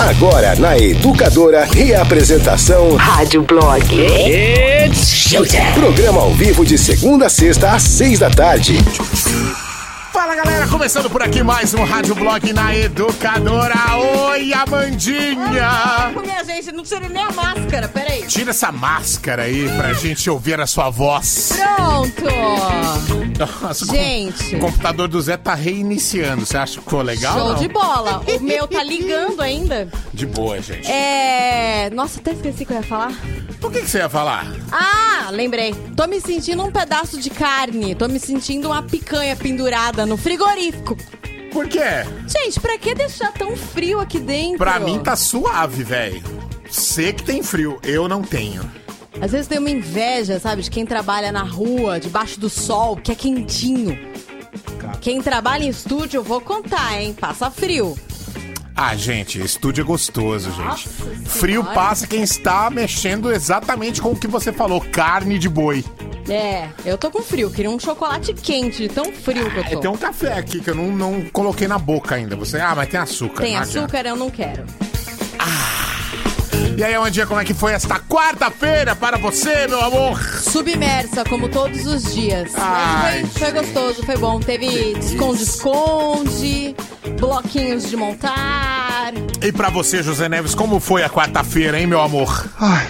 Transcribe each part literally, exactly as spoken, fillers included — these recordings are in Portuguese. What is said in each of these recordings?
Agora na Educadora, reapresentação Rádio Blog. It's showtime. Programa ao vivo de segunda a sexta às seis da tarde. Fala galera, começando por aqui mais um Rádio Blog na Educadora. Oi, Amandinha! Ah, minha gente, não tirei nem a máscara, peraí. Tira essa máscara aí pra gente ouvir a sua voz. Pronto! Nossa, gente, o computador do Zé tá reiniciando. Você acha que ficou legal? Show não? de bola. O meu tá ligando ainda. De boa, gente. É... Nossa, até esqueci o que eu ia falar. Por que, que você ia falar? Ah, lembrei. Tô me sentindo um pedaço de carne. Tô me sentindo uma picanha pendurada no frigorífico. Por quê? Gente, pra que deixar tão frio aqui dentro? Pra mim tá suave, velho. Você que tem frio, eu não tenho. Às vezes tem uma inveja, sabe, de quem trabalha na rua, debaixo do sol, que é quentinho. Quem trabalha em estúdio, eu vou contar, hein? Passa frio. Ah, gente, estúdio é gostoso, Nossa gente. senhora. Frio passa quem está mexendo exatamente com o que você falou, carne de boi. É, eu tô com frio, queria um chocolate quente, de tão frio que eu tô. É, tem um café aqui que eu não, não coloquei na boca ainda. Você, ah, mas tem açúcar. Tem não açúcar, adianta. eu não quero. E aí, Amandinha, como é que foi esta quarta-feira para você, meu amor? Submersa, como todos os dias. Ai, Mas foi, foi gostoso, foi bom. Teve esconde-esconde, bloquinhos de montar. E pra você, José Neves, como foi a quarta-feira, hein, meu amor? Ai.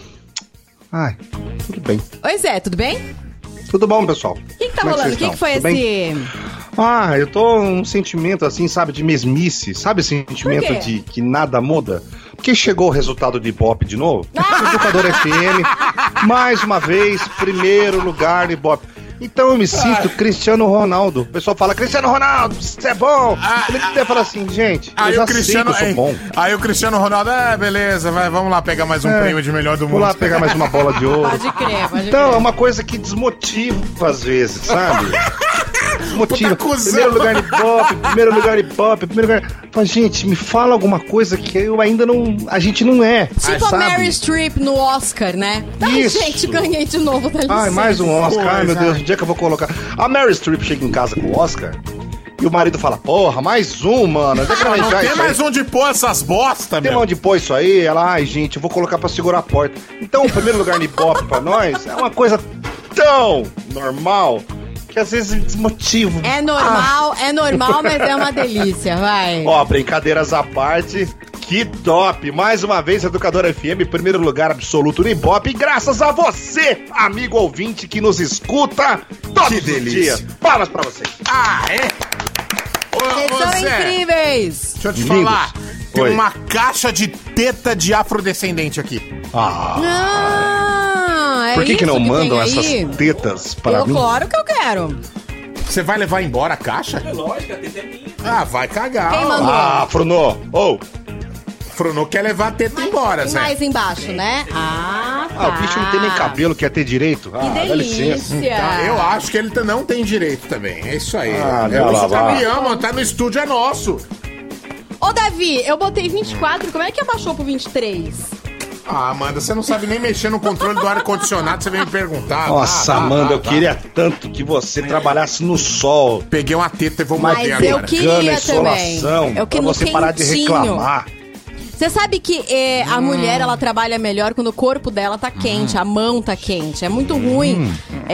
Ai, tudo bem. Oi, Zé, tudo bem? Tudo bom, pessoal? O que, que tá Como é que rolando? O vocês que, que foi estão? esse... Ah, eu tô um sentimento assim, sabe, de mesmice. Sabe esse sentimento Por quê? de que nada muda? Porque chegou o resultado do Ibope de novo. Educador F M, mais uma vez, primeiro lugar do Ibope. Então eu me sinto Cristiano Ronaldo. O pessoal fala, Cristiano Ronaldo, você é bom. Ele até fala assim, gente, Aí eu já o Cristiano, sei que eu sou bom. Aí o Cristiano Ronaldo, é, beleza, vai, vamos lá pegar mais um É, prêmio de melhor do Vou mundo. lá pegar mais uma bola de ouro. Pode crer, pode Então, é crer. uma coisa que desmotiva às vezes, sabe? Desmotiva. Puta cuzão. Primeiro lugar de pop, primeiro lugar de pop, primeiro lugar. Fala, gente, me fala alguma coisa que eu ainda não. A gente não é. Tipo a sabe? Mary Streep no Oscar, né? Ai, Isso. gente, ganhei de novo, tá licença. Ai, mais um Oscar. Ai, meu Coisa. Deus, onde é que eu vou colocar? A Mary Streep chega em casa com o Oscar e o marido fala, porra, mais um, mano. Onde é que ela vai Não enfiar tem isso mais aí? onde pôr essas bosta, Tem meu. onde pôr isso aí? Ela, ai, gente, eu vou colocar pra segurar a porta. Então, o primeiro lugar de pop pra nós é uma coisa tão normal que às vezes desmotiva. É normal, é normal, mas é uma delícia, vai. Ó, brincadeiras à parte, que top! Mais uma vez, Educadora F M, primeiro lugar absoluto no Ibope, graças a você, amigo ouvinte que nos escuta todos Que os delícia. dias. Palmas pra vocês. Ah, é? Vocês Ô, ô, são Zé, incríveis. deixa eu te Lindos. falar. Tem Oi. uma caixa de teta de afrodescendente aqui. Ah, Ah, é por que que isso não tem mandam aí? essas tetas para Eu, mim? claro que eu quero. Você vai levar embora a caixa? É lógico, a teta é minha. Ah, vai cagar. Quem ó. mandou? Ah, Fronô, ou, Frono quer levar a teta embora, E Zé. mais embaixo, né? Ah, tá. ah, o bicho não tem nem cabelo, quer ter direito? Ah, Que dá licença. delícia. Tá, eu acho que ele t- não tem direito também. É isso aí. Ah, é vai o lavar. caminhão, tá no estúdio, é nosso. Ô, Davi, eu botei vinte e quatro, como é que abaixou pro vinte e três? Ah, Amanda, você não sabe nem mexer no controle do ar-condicionado, você vem me perguntar. Nossa, Ah, tá, Amanda, tá, eu tá. queria tanto que você trabalhasse no sol. Peguei uma teta e vou Mas morder eu agora. queria Bacana, também. insolação, Eu que pra no você parar de quentinho. reclamar. Você sabe que é, a mulher, ela trabalha melhor quando o corpo dela tá Hum. quente, a mão tá quente. É muito ruim.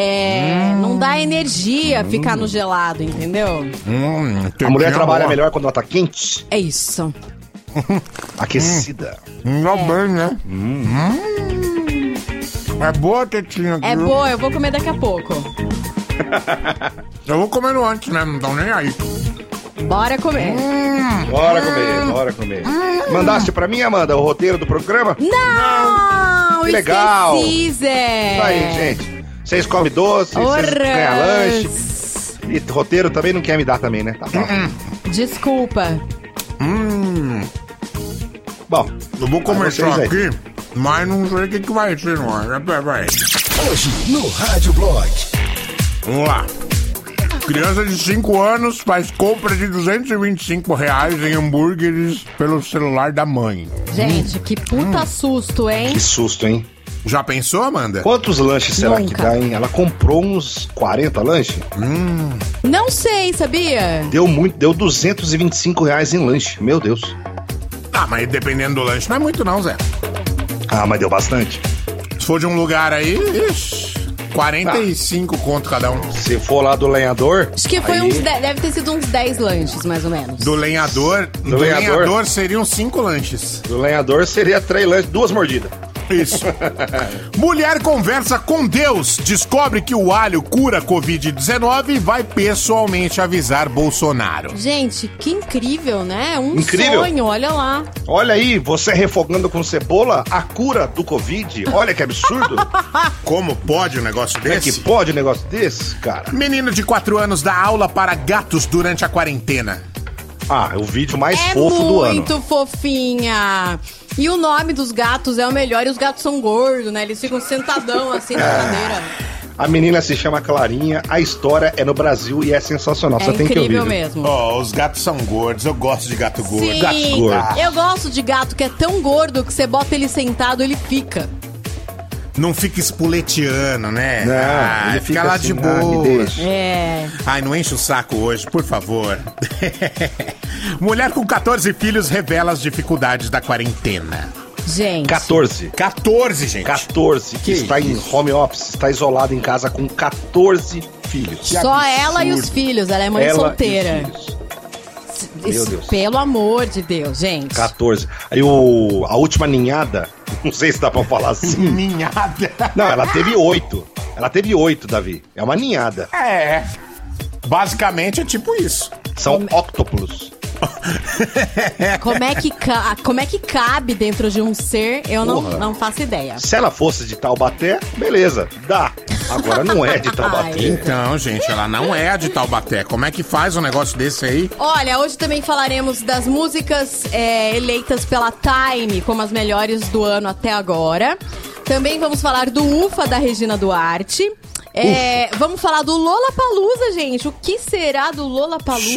É, não dá energia ficar no gelado, entendeu? Hum, A mulher tetinha trabalha boa. melhor quando ela tá quente, É isso. aquecida. Hum, é bem, né? Hum. É boa a tetinha aqui. É viu? boa, eu vou comer daqui a pouco. Eu vou comendo antes, né? Não tão nem aí. Bora comer. Bora comer, bora comer. Mandaste pra mim, Amanda, o roteiro do programa? Não! Que legal. Esqueci, Zé. Isso aí, gente. Vocês comem doce, vocês Orras. ganham lanche. E roteiro também não quer me dar também, né? Tá bom. Desculpa. Hum, Bom, eu vou começar vocês aí. aqui, mas não sei o que, que vai ser, não é? Vai, vai. Hoje no Rádio Blog. Vamos lá. Criança de cinco anos faz compra de duzentos e vinte e cinco reais em hambúrgueres pelo celular da mãe. Gente, que puta susto, hein? que susto, hein? Já pensou, Amanda? Quantos lanches será que Nunca. dá, hein? Ela comprou uns quarenta lanches? Não sei, sabia? Deu muito, deu duzentos e vinte e cinco reais em lanche. Meu Deus. Ah, mas dependendo do lanche, não é muito não, Zé. Ah, mas deu bastante. Se for de um lugar aí, ixi, quarenta e cinco ah. conto cada um. Se for lá do lenhador... Acho que foi aí... uns... De... Deve ter sido uns dez lanches, mais ou menos. Do lenhador... Do, do lenhador, lenhador seriam cinco lanches. Do lenhador seria três lanches, duas mordidas. Isso. Mulher conversa com Deus, descobre que o alho cura covid dezenove e vai pessoalmente avisar Bolsonaro. Gente, que incrível, né? Um incrível. sonho, olha lá. Olha aí, você refogando com cebola a cura do Covid. Olha que absurdo. Como pode um negócio desse? É que pode um negócio desse, cara? Menino de quatro anos dá aula para gatos durante a quarentena. Ah, é o vídeo mais é fofo do ano. É muito fofinha. E o nome dos gatos é o melhor, e os gatos são gordos, né? Eles ficam sentadão assim na cadeira. A menina se chama Clarinha, a história é no Brasil e é sensacional, é você tem que ouvir. É incrível mesmo. Ó, oh, os gatos são gordos, eu gosto de gato gordo. Sim, gatos gordos. Eu gosto de gato que é tão gordo que você bota ele sentado, ele fica. Não fica espuleteando, né? Não, ah, ele fica, fica lá assim, de boa. Ah, é. Ai, não enche o saco hoje, por favor. Mulher com quatorze filhos revela as dificuldades da quarentena. Gente. quatorze. quatorze, gente. quatorze. Que está isso? Em home office, está isolada em casa com quatorze filhos. Que Só absurdo. Ela e os filhos, ela é mãe ela solteira. Meu Deus. Pelo amor de Deus, gente. quatorze. Aí o, a última ninhada, não sei se dá pra falar assim. Ninhada? Não, ela teve oito. Ela teve oito, Davi. É uma ninhada. É. Basicamente é tipo isso. São Como... octópulos. Como é, que ca... Como é que cabe dentro de um ser? Eu não, não faço ideia. Se ela fosse de Taubaté, beleza, dá. Agora não é de Taubaté. Então, gente, ela não é de Taubaté. Como é que faz um negócio desse aí? Olha, hoje também falaremos das músicas é, eleitas pela Time como as melhores do ano até agora. Também vamos falar do Ufa da Regina Duarte. É, vamos falar do Lollapalooza, gente. O que será do Lollapalooza?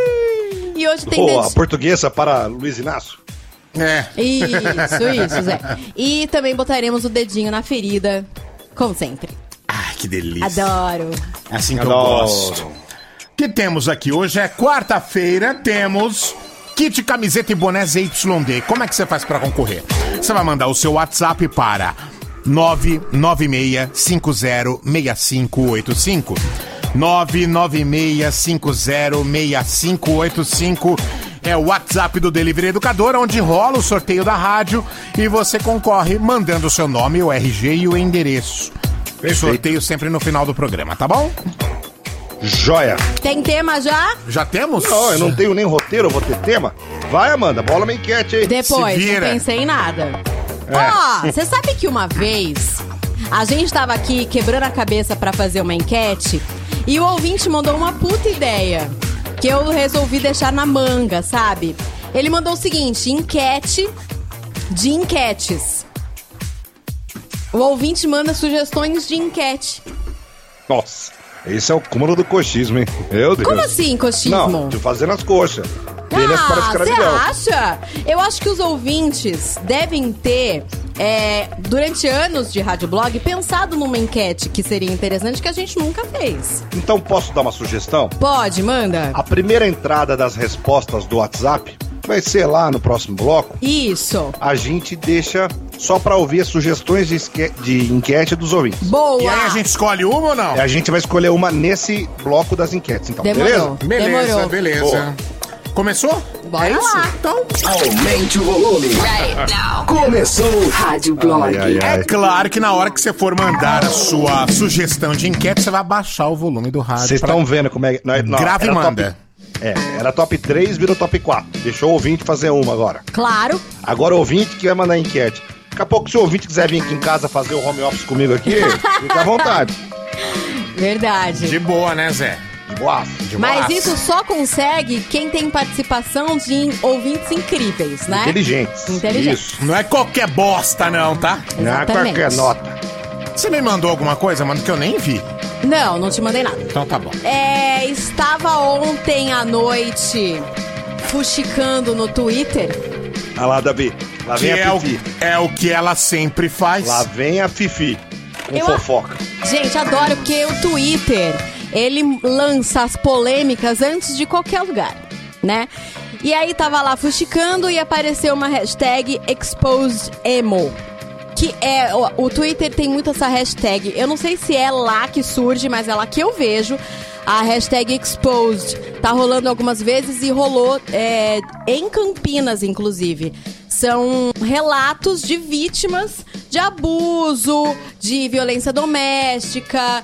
E hoje tem... Oh, a portuguesa para Luiz Inácio. É. Isso, isso, Zé. E também botaremos o dedinho na ferida, como sempre. Ai, que delícia. Adoro. É assim que Adoro. eu gosto. O que temos aqui? Hoje é quarta-feira, temos kit camiseta e boné Z Y D. Como é que você faz para concorrer? Você vai mandar o seu WhatsApp para nove nove seis cinco zero seis cinco oito cinco. nove nove seis cinco zero seis cinco oito cinco é o WhatsApp do Delivery Educador, onde rola o sorteio da rádio e você concorre mandando o seu nome, o R G e o endereço. Perfeito. Sorteio sempre no final do programa, tá bom? Joia. Tem tema já? Já temos? Não, eu não tenho nem roteiro, eu vou ter tema. Vai, Amanda, bola uma enquete aí. Depois, não pensei em nada. Ó, é. Você sabe que uma vez a gente tava aqui quebrando a cabeça pra fazer uma enquete e o ouvinte mandou uma puta ideia que eu resolvi deixar na manga, sabe? Ele mandou o seguinte, enquete de enquetes. O ouvinte manda sugestões de enquete. Nossa, esse é o cúmulo do coxismo, hein? Meu Deus. Como assim, coxismo? Não, de fazendo as coxas. Telhas para escravidão. Você acha? Eu acho que os ouvintes devem ter, é, durante anos de Rádio Blog, pensado numa enquete que seria interessante, que a gente nunca fez. Então posso dar uma sugestão? Pode, manda. A primeira entrada das respostas do WhatsApp vai ser lá no próximo bloco. Isso. A gente deixa só pra ouvir as sugestões de, esque... de enquete dos ouvintes. Boa! E aí a gente escolhe uma ou não? E a gente vai escolher uma nesse bloco das enquetes, então. Demorou. Beleza? Beleza, Demorou. beleza. Boa. Começou? Bora é isso? lá. Então, aumente o volume. Right now. Começou o Rádio Blog. Ai, ai, ai. é claro que na hora que você for mandar a sua sugestão de enquete, você vai baixar o volume do rádio. Vocês estão pra... vendo como é... Não, não, grave e manda. Top... É, era top três, virou top quatro. Deixou o ouvinte fazer uma agora. Claro. Agora o ouvinte que vai mandar enquete. Daqui a pouco, se o ouvinte quiser vir aqui em casa fazer o home office comigo aqui, fica à vontade. Verdade. De boa, né, Zé? De boaço. De Mas boaço. isso só consegue quem tem participação de ouvintes incríveis, né? Inteligentes. Inteligentes. Isso. Não é qualquer bosta, não, tá? Não é Exatamente. qualquer nota. Você me mandou alguma coisa, mano, que eu nem vi. Não, não te mandei nada. Então tá bom. É, estava ontem à noite fuxicando no Twitter. Ah lá, Davi. Lá Que vem é a o, Fifi. é o que ela sempre faz. Lá vem a Fifi. Com Eu- fofoca. Gente, adoro, porque o Twitter, ele lança as polêmicas antes de qualquer lugar, né? E aí tava lá fuxicando e apareceu uma hashtag ExposedEmo. Que é, o, o Twitter tem muito essa hashtag. Eu não sei se é lá que surge, mas é lá que eu vejo. A hashtag Exposed tá rolando algumas vezes e rolou é, em Campinas, inclusive. São relatos de vítimas de abuso, de violência doméstica,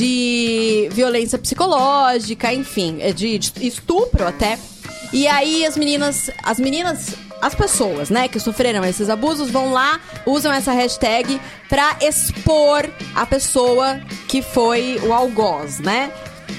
de violência psicológica, enfim, de, de estupro até. E aí as meninas, as meninas, as pessoas, né, que sofreram esses abusos vão lá, usam essa hashtag pra expor a pessoa que foi o algoz, né?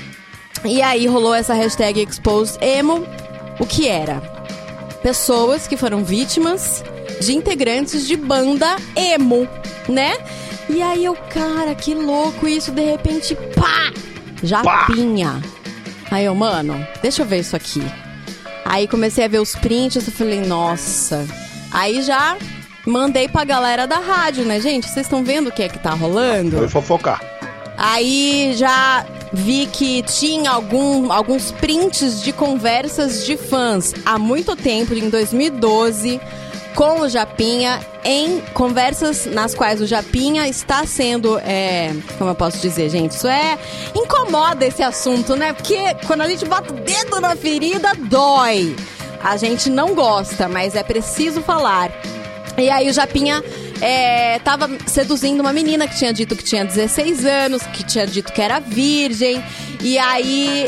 E aí rolou essa hashtag ExposedEmo. O que era? Pessoas que foram vítimas de integrantes de banda emo, né? E aí eu, cara, que louco isso, de repente, pá! Japinha. Aí eu, mano, deixa eu ver isso aqui. Aí comecei a ver os prints, eu falei, nossa. Aí já mandei pra galera da rádio, né, gente? Vocês estão vendo o que é que tá rolando? Foi fofocar. Aí já vi que tinha algum, alguns prints de conversas de fãs há muito tempo, em dois mil e doze, com o Japinha, em conversas nas quais o Japinha está sendo, é, como eu posso dizer, gente, isso é, incomoda esse assunto, né? Porque quando a gente bota o dedo na ferida, dói. A gente não gosta, mas é preciso falar. E aí o Japinha é, tava seduzindo uma menina que tinha dito que tinha dezesseis anos, que tinha dito que era virgem. E aí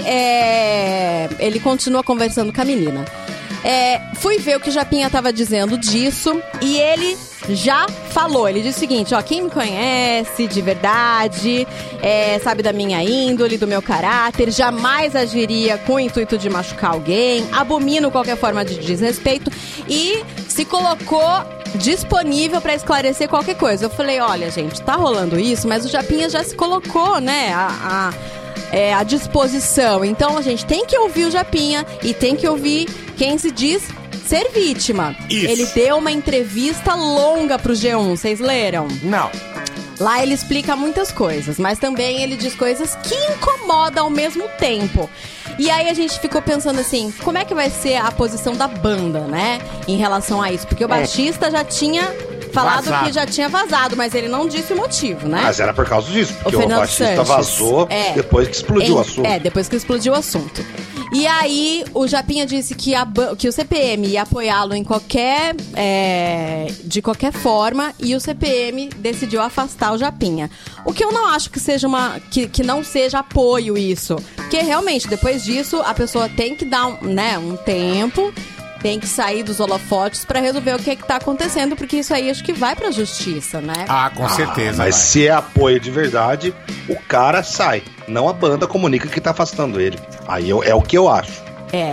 é, ele continua conversando com a menina. É, fui ver o que o Japinha tava dizendo disso e ele já falou. Ele disse o seguinte, ó, quem me conhece de verdade, é, sabe da minha índole, do meu caráter, jamais agiria com o intuito de machucar alguém, abomino qualquer forma de desrespeito e se colocou disponível pra esclarecer qualquer coisa. Eu falei, olha, gente, tá rolando isso, mas o Japinha já se colocou, né, a... a É, à disposição. Então a gente tem que ouvir o Japinha e tem que ouvir quem se diz ser vítima. Isso. Ele deu uma entrevista longa pro G um, vocês leram? Não. Lá ele explica muitas coisas, mas também ele diz coisas que incomodam ao mesmo tempo. E aí a gente ficou pensando assim, como é que vai ser a posição da banda, né, em relação a isso? Porque o baixista já tinha falado Vazado. que já tinha vazado, mas ele não disse o motivo, né? Mas era por causa disso, porque o, Fernando o baixista Sanches. vazou É. depois que explodiu Em- o assunto. É, depois que explodiu o assunto. E aí, o Japinha disse que, a ba- que o C P M ia apoiá-lo em qualquer... é, de qualquer forma, e o C P M decidiu afastar o Japinha. O que eu não acho que seja uma... que, que não seja apoio isso. Porque, realmente, depois disso, a pessoa tem que dar um, né, um tempo... Tem que sair dos holofotes pra resolver o que é que tá acontecendo, porque isso aí acho que vai pra justiça, né? Ah, com certeza. Mas vai. se é apoio de verdade, o cara sai. Não a banda comunica que tá afastando ele. Aí eu- é o que eu acho. É.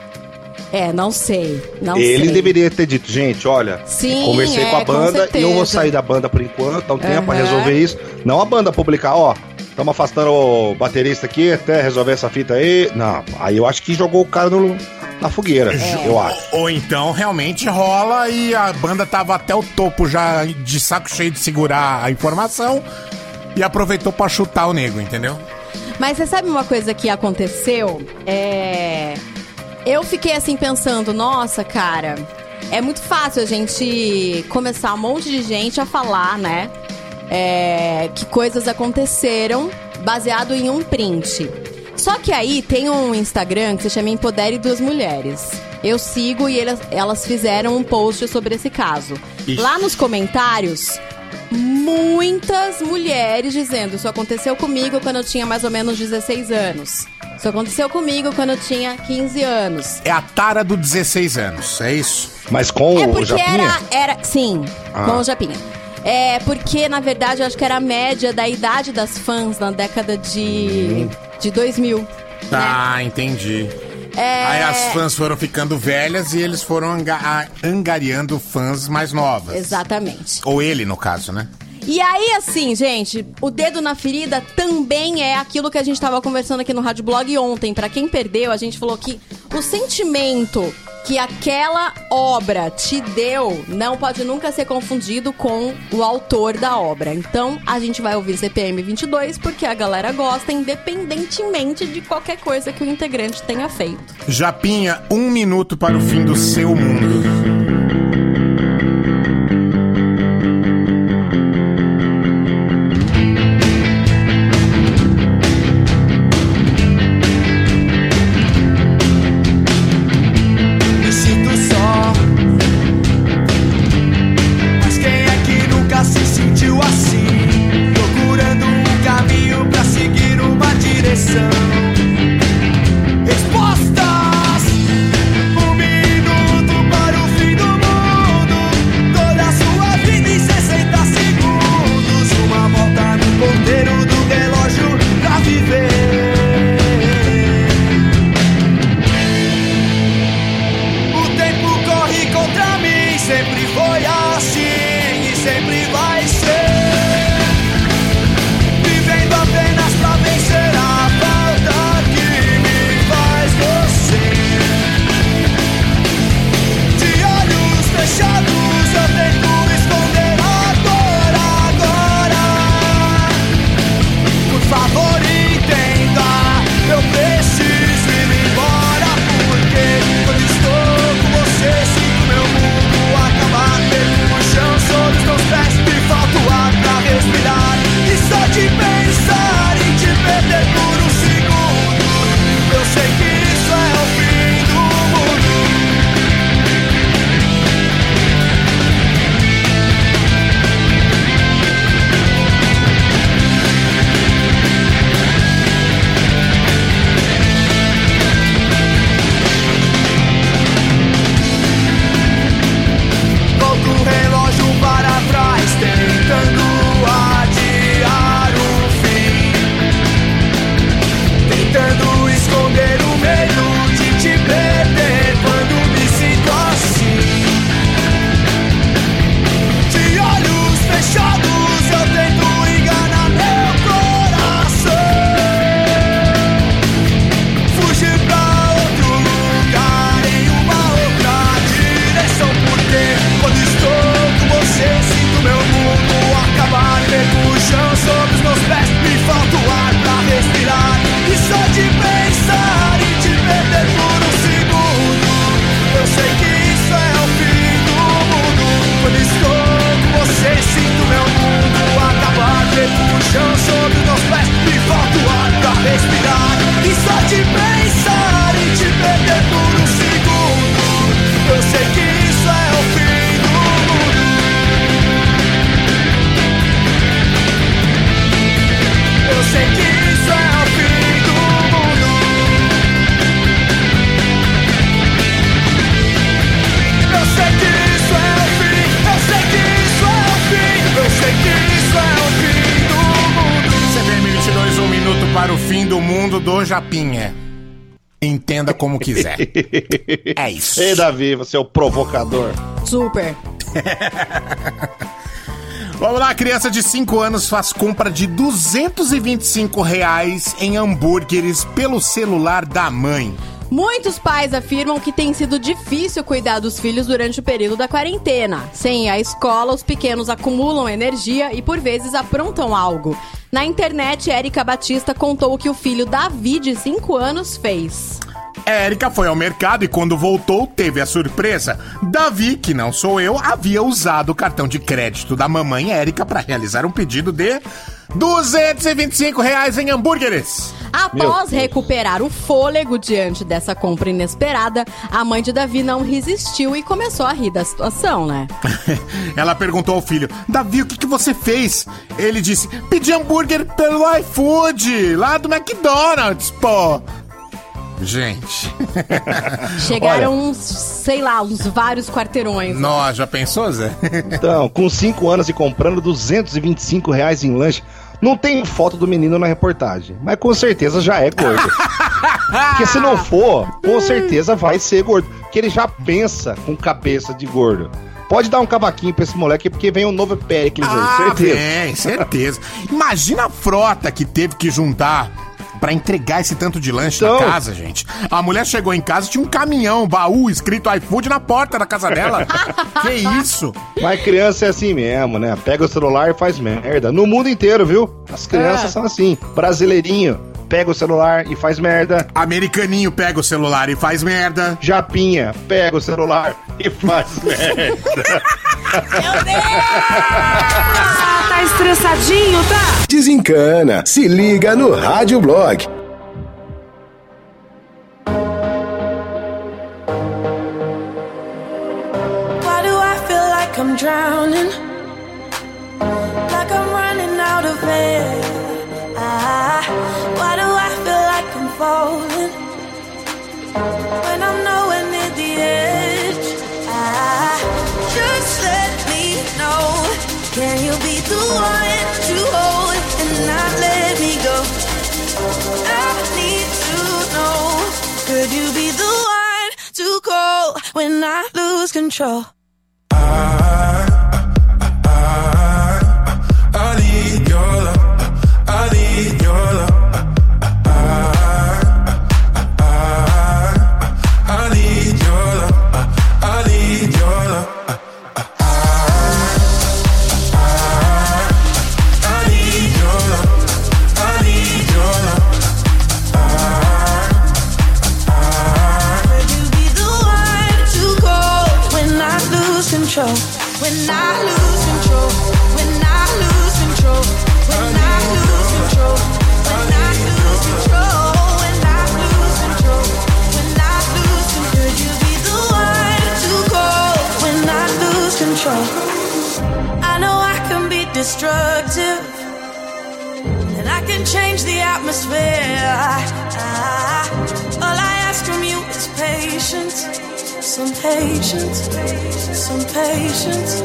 É, não sei. Não ele sei. deveria ter dito, gente, olha, Sim, conversei é, com a com banda e eu vou certeza. sair da banda por enquanto, então tem pra Aham. resolver isso. Não a banda publicar, ó, estamos afastando o baterista aqui até resolver essa fita aí. Não, aí eu acho que jogou o cara no, na fogueira, eu acho. Ou então realmente rola e a banda tava até o topo já de saco cheio de segurar a informação e aproveitou pra chutar o nego, entendeu? Mas você sabe uma coisa que aconteceu? É... Eu fiquei assim pensando, nossa, cara, é muito fácil a gente começar um monte de gente a falar, né? É... Que coisas aconteceram baseado em um print. Só que aí tem um Instagram que se chama Empodere Duas Mulheres. Eu sigo e elas, elas fizeram um post sobre esse caso. Ixi. Lá nos comentários, muitas mulheres dizendo: isso aconteceu comigo quando eu tinha mais ou menos dezesseis anos. Isso aconteceu comigo quando eu tinha quinze anos. É a tara do dezesseis anos, é isso? Mas com É o porque Japinha? era, era... Sim, Ah. com o Japinha. É porque, na verdade, eu acho que era a média da idade das fãs na década de, de dois mil. né? Ah, entendi. É... Aí as fãs foram ficando velhas e eles foram anga- a- angariando fãs mais novas. Exatamente. Ou ele, no caso, né? E aí, assim, gente, o dedo na ferida também é aquilo que a gente tava conversando aqui no Rádio Blog ontem. Pra quem perdeu, a gente falou que o sentimento que aquela obra te deu não pode nunca ser confundido com o autor da obra. Então, a gente vai ouvir C P M vinte e dois porque a galera gosta, independentemente de qualquer coisa que o integrante tenha feito. Japinha, um minuto para o fim do seu mundo. Para o fim do mundo do Japinha. Entenda como quiser. É isso. Ei, Davi, você é o provocador. Super. Vamos lá, criança de cinco anos faz compra de duzentos e vinte e cinco reais em hambúrgueres pelo celular da mãe. Muitos pais afirmam que tem sido difícil cuidar dos filhos durante o período da quarentena. Sem ir à escola, os pequenos acumulam energia e por vezes aprontam algo. Na internet, Érica Batista contou o que o filho Davi, de cinco anos, fez. Érica foi ao mercado e quando voltou, teve a surpresa. Davi, que não sou eu, havia usado o cartão de crédito da mamãe Érica para realizar um pedido de duzentos e vinte e cinco reais em hambúrgueres. Após recuperar o fôlego diante dessa compra inesperada, a mãe de Davi não resistiu e começou a rir da situação, né? Ela perguntou ao filho: Davi, o que, que você fez? Ele disse: pedi hambúrguer pelo iFood, lá do McDonald's, pô. Gente. Chegaram Olha, uns, sei lá, uns vários quarteirões. Nossa, já pensou, Zé? Então, com cinco anos e comprando duzentos e vinte e cinco reais em lanche, não tem foto do menino na reportagem, mas com certeza já é gordo. Porque se não for, com certeza vai ser gordo. Porque ele já pensa com cabeça de gordo. Pode dar um cavaquinho pra esse moleque, porque vem um novo Péricles aí, ah, certeza. Vem, certeza. Imagina a frota que teve que juntar pra entregar esse tanto de lanche Então... na casa, gente. A mulher chegou em casa e tinha um caminhão, um baú escrito iFood na porta da casa dela. Que isso? Mas criança é assim mesmo, né? Pega o celular e faz merda. No mundo inteiro, viu? As crianças É. são assim. Brasileirinho, pega o celular e faz merda. Americaninho pega o celular e faz merda. Japinha, pega o celular e faz merda. Ah, tá estressadinho, tá? Desencana. Se liga no Rádio Blog. Why do I feel like I'm drowning? Like I'm running out of air. Ah, why do I feel like I'm falling? When I'm nowhere near the edge. Ah, just let me know. Can you be the one to hold and not let me go? I need to know. Could you be the one to call when I lose control? I need your love. I need your love. I need your love. I need your love. I need your love. I need your love. Could you be the one to call when I lose control? When I lose control. When I lose control. When I lose control. When I lose control. When I lose control. When I lose control. Could you be the one to call when I lose control? I know I can be destructive, and I can change the atmosphere. Ah, all I ask from you is patience, some patience, some patience.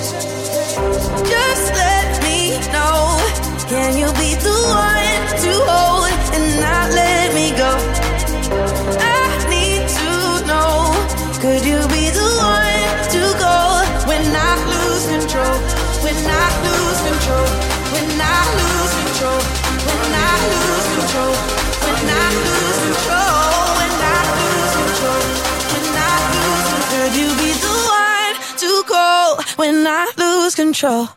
Just let me know. Can you be the one to hold and not let me go? I need to know. Could you be the one to go when I lose control? When I lose control. When I lose control. When I lose control. When I lose control. When I lose control. When I lose control. Could you be the one to call when I lose control?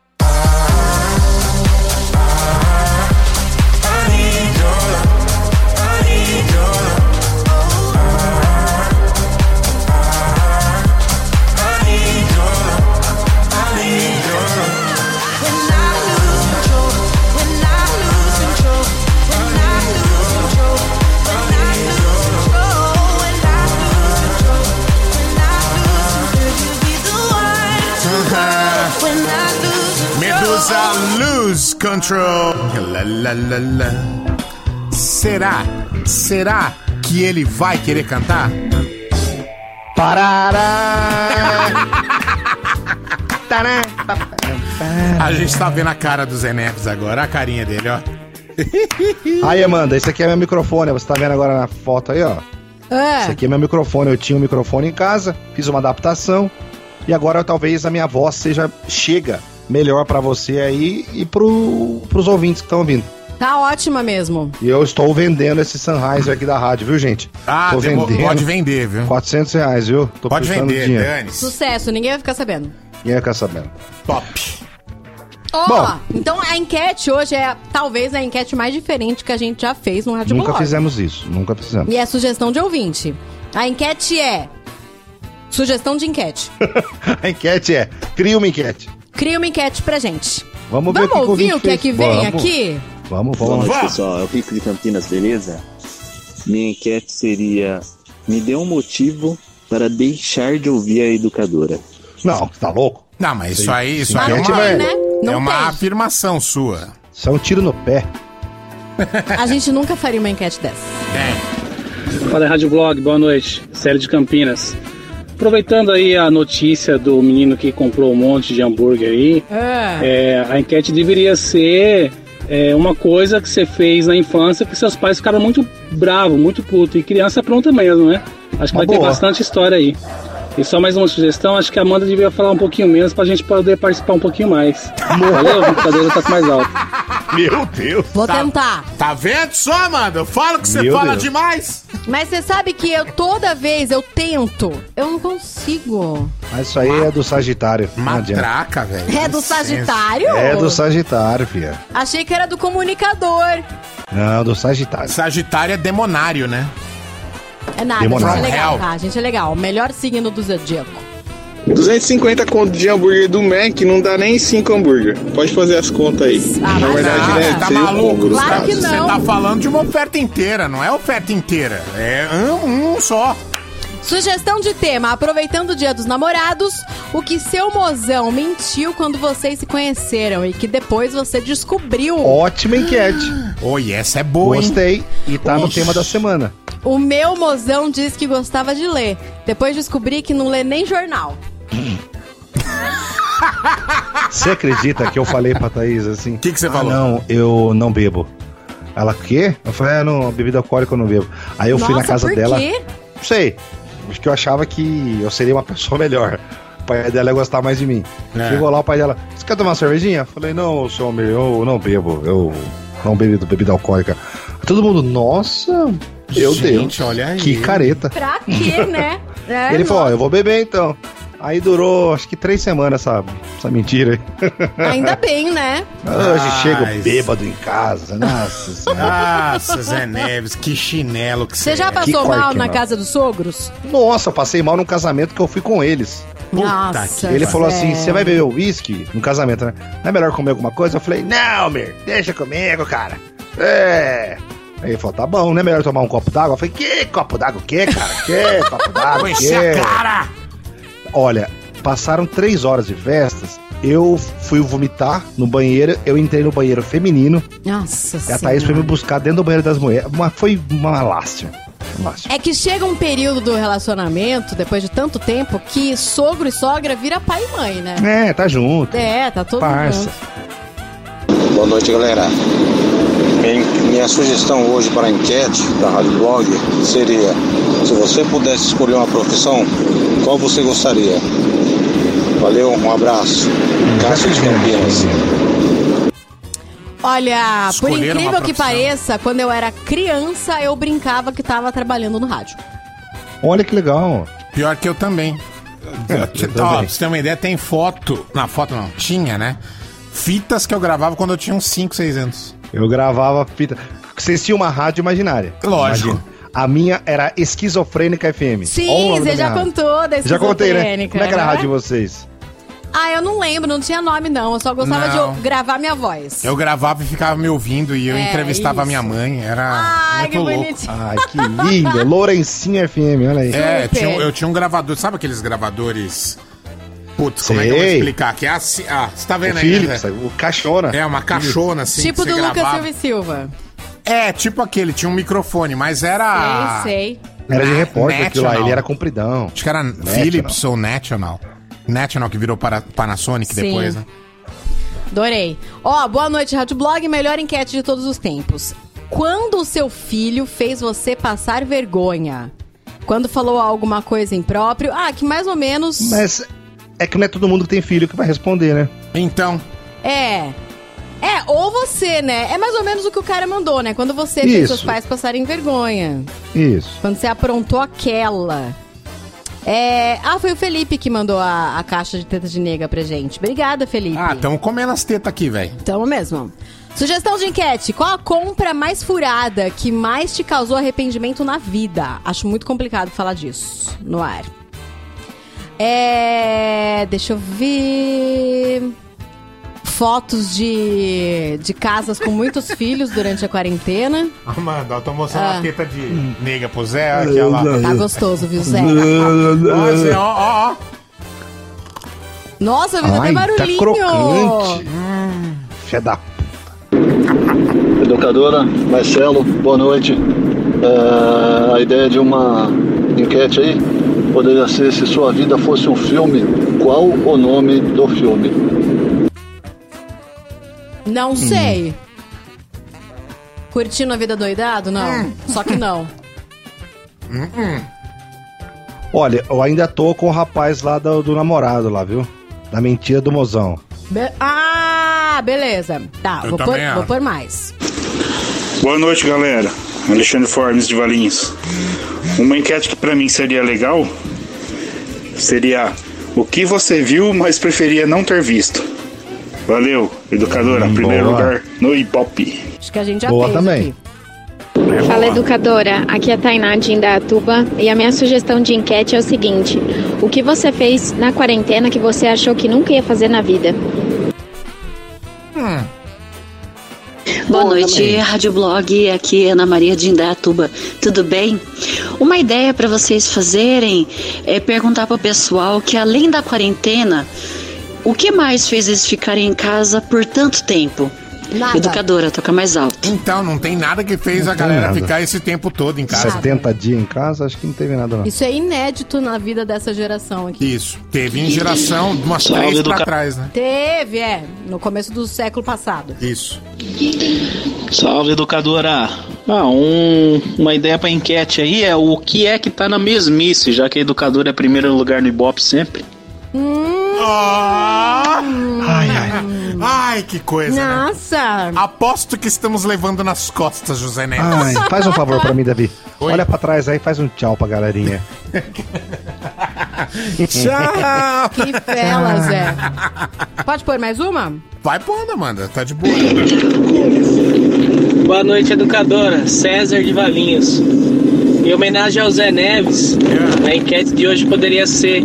Medusa Lose Control. La, la, la, la. Será? Será que ele vai querer cantar? Parará! A gente tá vendo a cara do Zé Neves agora, a carinha dele, ó. Aí, Amanda, esse aqui é meu microfone. Você tá vendo agora na foto aí, ó. É. Esse aqui é meu microfone. Eu tinha um microfone em casa, fiz uma adaptação. E agora talvez a minha voz seja chega melhor pra você aí e pro, pros ouvintes que estão ouvindo. Tá ótima mesmo. E eu estou vendendo esse Sennheiser aqui da rádio, viu, gente? Ah, Tô demo- vendendo. pode vender, viu? quatrocentos reais, viu? Tô Pode precisando de vender, dinheiro. Dani. Sucesso, ninguém vai ficar sabendo. Ninguém quer sabendo. Top. Ó, Bom. então a enquete hoje é talvez a enquete mais diferente que a gente já fez no Rádio Nunca Blog. fizemos isso, nunca fizemos. E é sugestão de ouvinte. A enquete é... Sugestão de enquete. A enquete é, cria uma enquete. Cria uma enquete pra gente. Vamos ver Vamos o que o ouvir ouvinte o que é fez. que vem Vamos. aqui? Vamos, Boa vamos. noite, pessoal. É o Rico de Campinas, beleza? Minha enquete seria: me dê um motivo para deixar de ouvir a educadora. Não, tá louco? Não, mas isso aí, isso Mas aí é não uma, tem, né? Não é uma tem. afirmação sua. Isso é um tiro no pé. A gente nunca faria uma enquete dessa. É. Fala, Rádio Blog, boa noite. Célio de Campinas. Aproveitando aí a notícia do menino que comprou um monte de hambúrguer aí, é, a enquete deveria ser é, uma coisa que você fez na infância que seus pais ficaram muito bravos, muito putos. E criança pronta mesmo, né? Acho que Uma vai ter boa. bastante história aí. E só mais uma sugestão, acho que a Amanda devia falar um pouquinho menos pra gente poder participar um pouquinho mais. Valeu, a computadora tá mais alto. Meu Deus. Vou Tá- tentar. Tá vendo só, Amanda? Eu falo que você Meu fala Deus. demais. Mas você sabe que eu toda vez eu tento, eu não consigo. Mas isso aí é do Sagitário. Não adianta. Matraca, velho. É do Licença. Sagitário? É do Sagitário, filha. Achei que era do comunicador. Não, do Sagitário. Sagitário é demonário, né? É nada, Demonário. gente é legal, Hell. tá? Gente é legal. O melhor signo do zodíaco. duzentos e cinquenta conto de hambúrguer do Mac não dá nem cinco hambúrguer. Pode fazer as contas aí. Ah, Na mas verdade, não, né? tá seria o maluco? combo dos Claro caras. que Você não. tá falando de uma oferta inteira, não é oferta inteira. É um, um só. Sugestão de tema: aproveitando o Dia dos Namorados, o que seu mozão mentiu quando vocês se conheceram e que depois você descobriu. Ótima enquete. Oi, essa é boa, hein? Gostei. E tá no Oxi. tema da semana. O meu mozão disse que gostava de ler. Depois descobri que não lê nem jornal. Você acredita que eu falei pra Thaís assim? O que que você ah, falou? Não, eu não bebo. Ela, quê? Eu falei, ah, não, bebida alcoólica eu não bebo. Aí eu fui na Nossa, casa por dela. quê? Não sei. Acho que eu achava que eu seria uma pessoa melhor. O pai dela ia gostar mais de mim. É. Chegou lá, o pai dela, você quer tomar uma cervejinha? Eu falei, não, seu homem, eu não bebo. Eu não bebo bebida alcoólica. Todo mundo, nossa, meu Gente, Deus. olha aí. Que careta. Pra quê, né? É, Ele falou, ó, nossa. eu vou beber então. Aí durou, acho que três semanas essa, essa mentira aí. Ainda bem, né? Hoje Mas- chego bêbado em casa, nossa senhora. Nossa, Zé Neves, que chinelo que Você já é. passou Que mal quarto, na não. casa dos sogros? Nossa, eu passei mal num casamento que eu fui com eles. Puta Nossa. que Ele falou Zé. assim, você vai beber uísque no casamento, né? Não é melhor comer alguma coisa? Eu falei, não, Mir, deixa comigo, cara. É... Aí ele falou, tá bom, não é melhor tomar um copo d'água? Eu falei, que copo d'água o quê, cara? Que copo d'água o Enche a quê? cara! Olha, passaram três horas de festas, eu fui vomitar no banheiro, eu entrei no banheiro feminino, Nossa e a Thaís foi me buscar dentro do banheiro das mulheres, mas foi uma lástima. uma lástima. É que chega um período do relacionamento, depois de tanto tempo, que sogro e sogra vira pai e mãe, né? É, tá junto. É, tá todo Parça. mundo. Boa noite, galera. Minha, minha sugestão hoje para a enquete da Rádio Blog seria: se você pudesse escolher uma profissão, qual você gostaria? Valeu, um abraço. Cássio de Campinas. Olha, por Escolheram incrível uma que profissão. pareça, quando eu era criança, eu brincava que tava trabalhando no rádio. Olha que legal. Pior que eu também. É, eu Ó, também. pra você ter uma ideia, tem foto. Na foto não, tinha, né? Fitas que eu gravava quando eu tinha uns cinco, seis anos. Eu gravava fita. Vocês tinham uma rádio imaginária. Lógico. Imagina. A minha era Esquizofrênica F M. Olha o Sim, nome da você já minha rádio. contou da Já contei, né? esquizofrênica, Como é que era a né? rádio de vocês? Ah, eu não lembro, não tinha nome não, eu só gostava Não. de gravar minha voz. Eu gravava e ficava me ouvindo e eu É, entrevistava a minha isso. mãe. Era Ai, muito que louco. bonitinho. Ai, que lindo. Lourencinho F M, olha aí. É, Super. tinha, um- eu tinha um gravador, sabe aqueles gravadores? Putz, como é que eu vou Sei. explicar? Que é assim. Ah, você tá O vendo aí? Philips, né? o caixona. É, uma caixona assim. tipo que do você Lucas gravava. Silva e Silva. É, tipo aquele, tinha um microfone, mas era. Sei, sei. Era de Na- repórter aquilo lá, National. ele era compridão. Acho que era Philips ou National. National, que virou para Panasonic Sim. depois, né? Adorei. Ó, boa noite, Rádio Blog, melhor enquete de todos os tempos. Quando o seu filho fez você passar vergonha? Quando falou alguma coisa impróprio? Ah, que mais ou menos... Mas é que não é todo mundo que tem filho que vai responder, né? Então, É. É, ou você, né? É mais ou menos o que o cara mandou, né? Quando você fez Isso. seus pais passarem vergonha. Isso. Quando você aprontou aquela. É... Ah, foi o Felipe que mandou a, a caixa de teta de nega pra gente. Obrigada, Felipe. ah, tamo comendo as tetas aqui, velho. Tamo mesmo. Sugestão de enquete. Qual a compra mais furada que mais te causou arrependimento na vida? Acho muito complicado falar disso no ar. É... Deixa eu ver... Fotos de, de casas com muitos filhos durante a quarentena. Amanda, eu tô mostrando Ah. a teta de nega pro Zé, aquela. Tá gostoso, viu, Zé? Ó, Zé, ó, ó, ó. Nossa, eu vi até Ai, tá barulhinho. crocante. Fé da... Educadora, Marcelo, boa noite. É, a ideia de uma enquete aí poderia ser: se sua vida fosse um filme, qual o nome do filme? Não sei. Curtindo a vida doidado? Não. Só que não. Olha, eu ainda tô com o rapaz lá do, do namorado lá, viu? Da mentira do mozão. Be- Ah, Ah, beleza. Tá, Eu vou pôr, também acho. vou pôr mais. Boa noite, galera. Alexandre Formes de Valinhos. Uma enquete que pra mim seria legal seria o que você viu, mas preferia não ter visto. Valeu, educadora. Hum, primeiro boa. lugar no Ibope. Acho que a gente já Boa fez também. aqui. Fala, educadora, aqui é a Tainá de Indaiatuba e a minha sugestão de enquete é o seguinte: o que você fez na quarentena que você achou que nunca ia fazer na vida? Hum. Boa noite, Rádio Blog, aqui é Ana Maria de Indaiatuba, tudo bem? Uma ideia para vocês fazerem é perguntar para o pessoal que além da quarentena, o que mais fez eles ficarem em casa por tanto tempo? Nada. Educadora, toca mais alto. Então, não tem nada que fez Não a tem galera nada. ficar esse tempo todo em casa. setenta dias em casa, acho que não teve nada não. Isso é inédito na vida dessa geração aqui. Isso. Teve em geração de umas Salve, três pra educa- trás, né? Teve, é, no começo do século passado. Isso. Salve, educadora. Ah, um- uma ideia pra enquete aí é o que é que tá na mesmice, já que a educadora é primeiro lugar no Ibope sempre. Ah! Ai, ai. Ai, que coisa, né? Nossa! Aposto que estamos levando nas costas, José Neves. Ai, faz um favor pra mim, Davi. Oi? Olha pra trás aí, faz um tchau pra galerinha. Tchau! Que fela, Zé. Pode pôr mais uma? Vai pondo, Amanda, tá de boa. Boa noite, educadora. César de Valinhos. Em homenagem ao Zé Neves, a enquete de hoje poderia ser: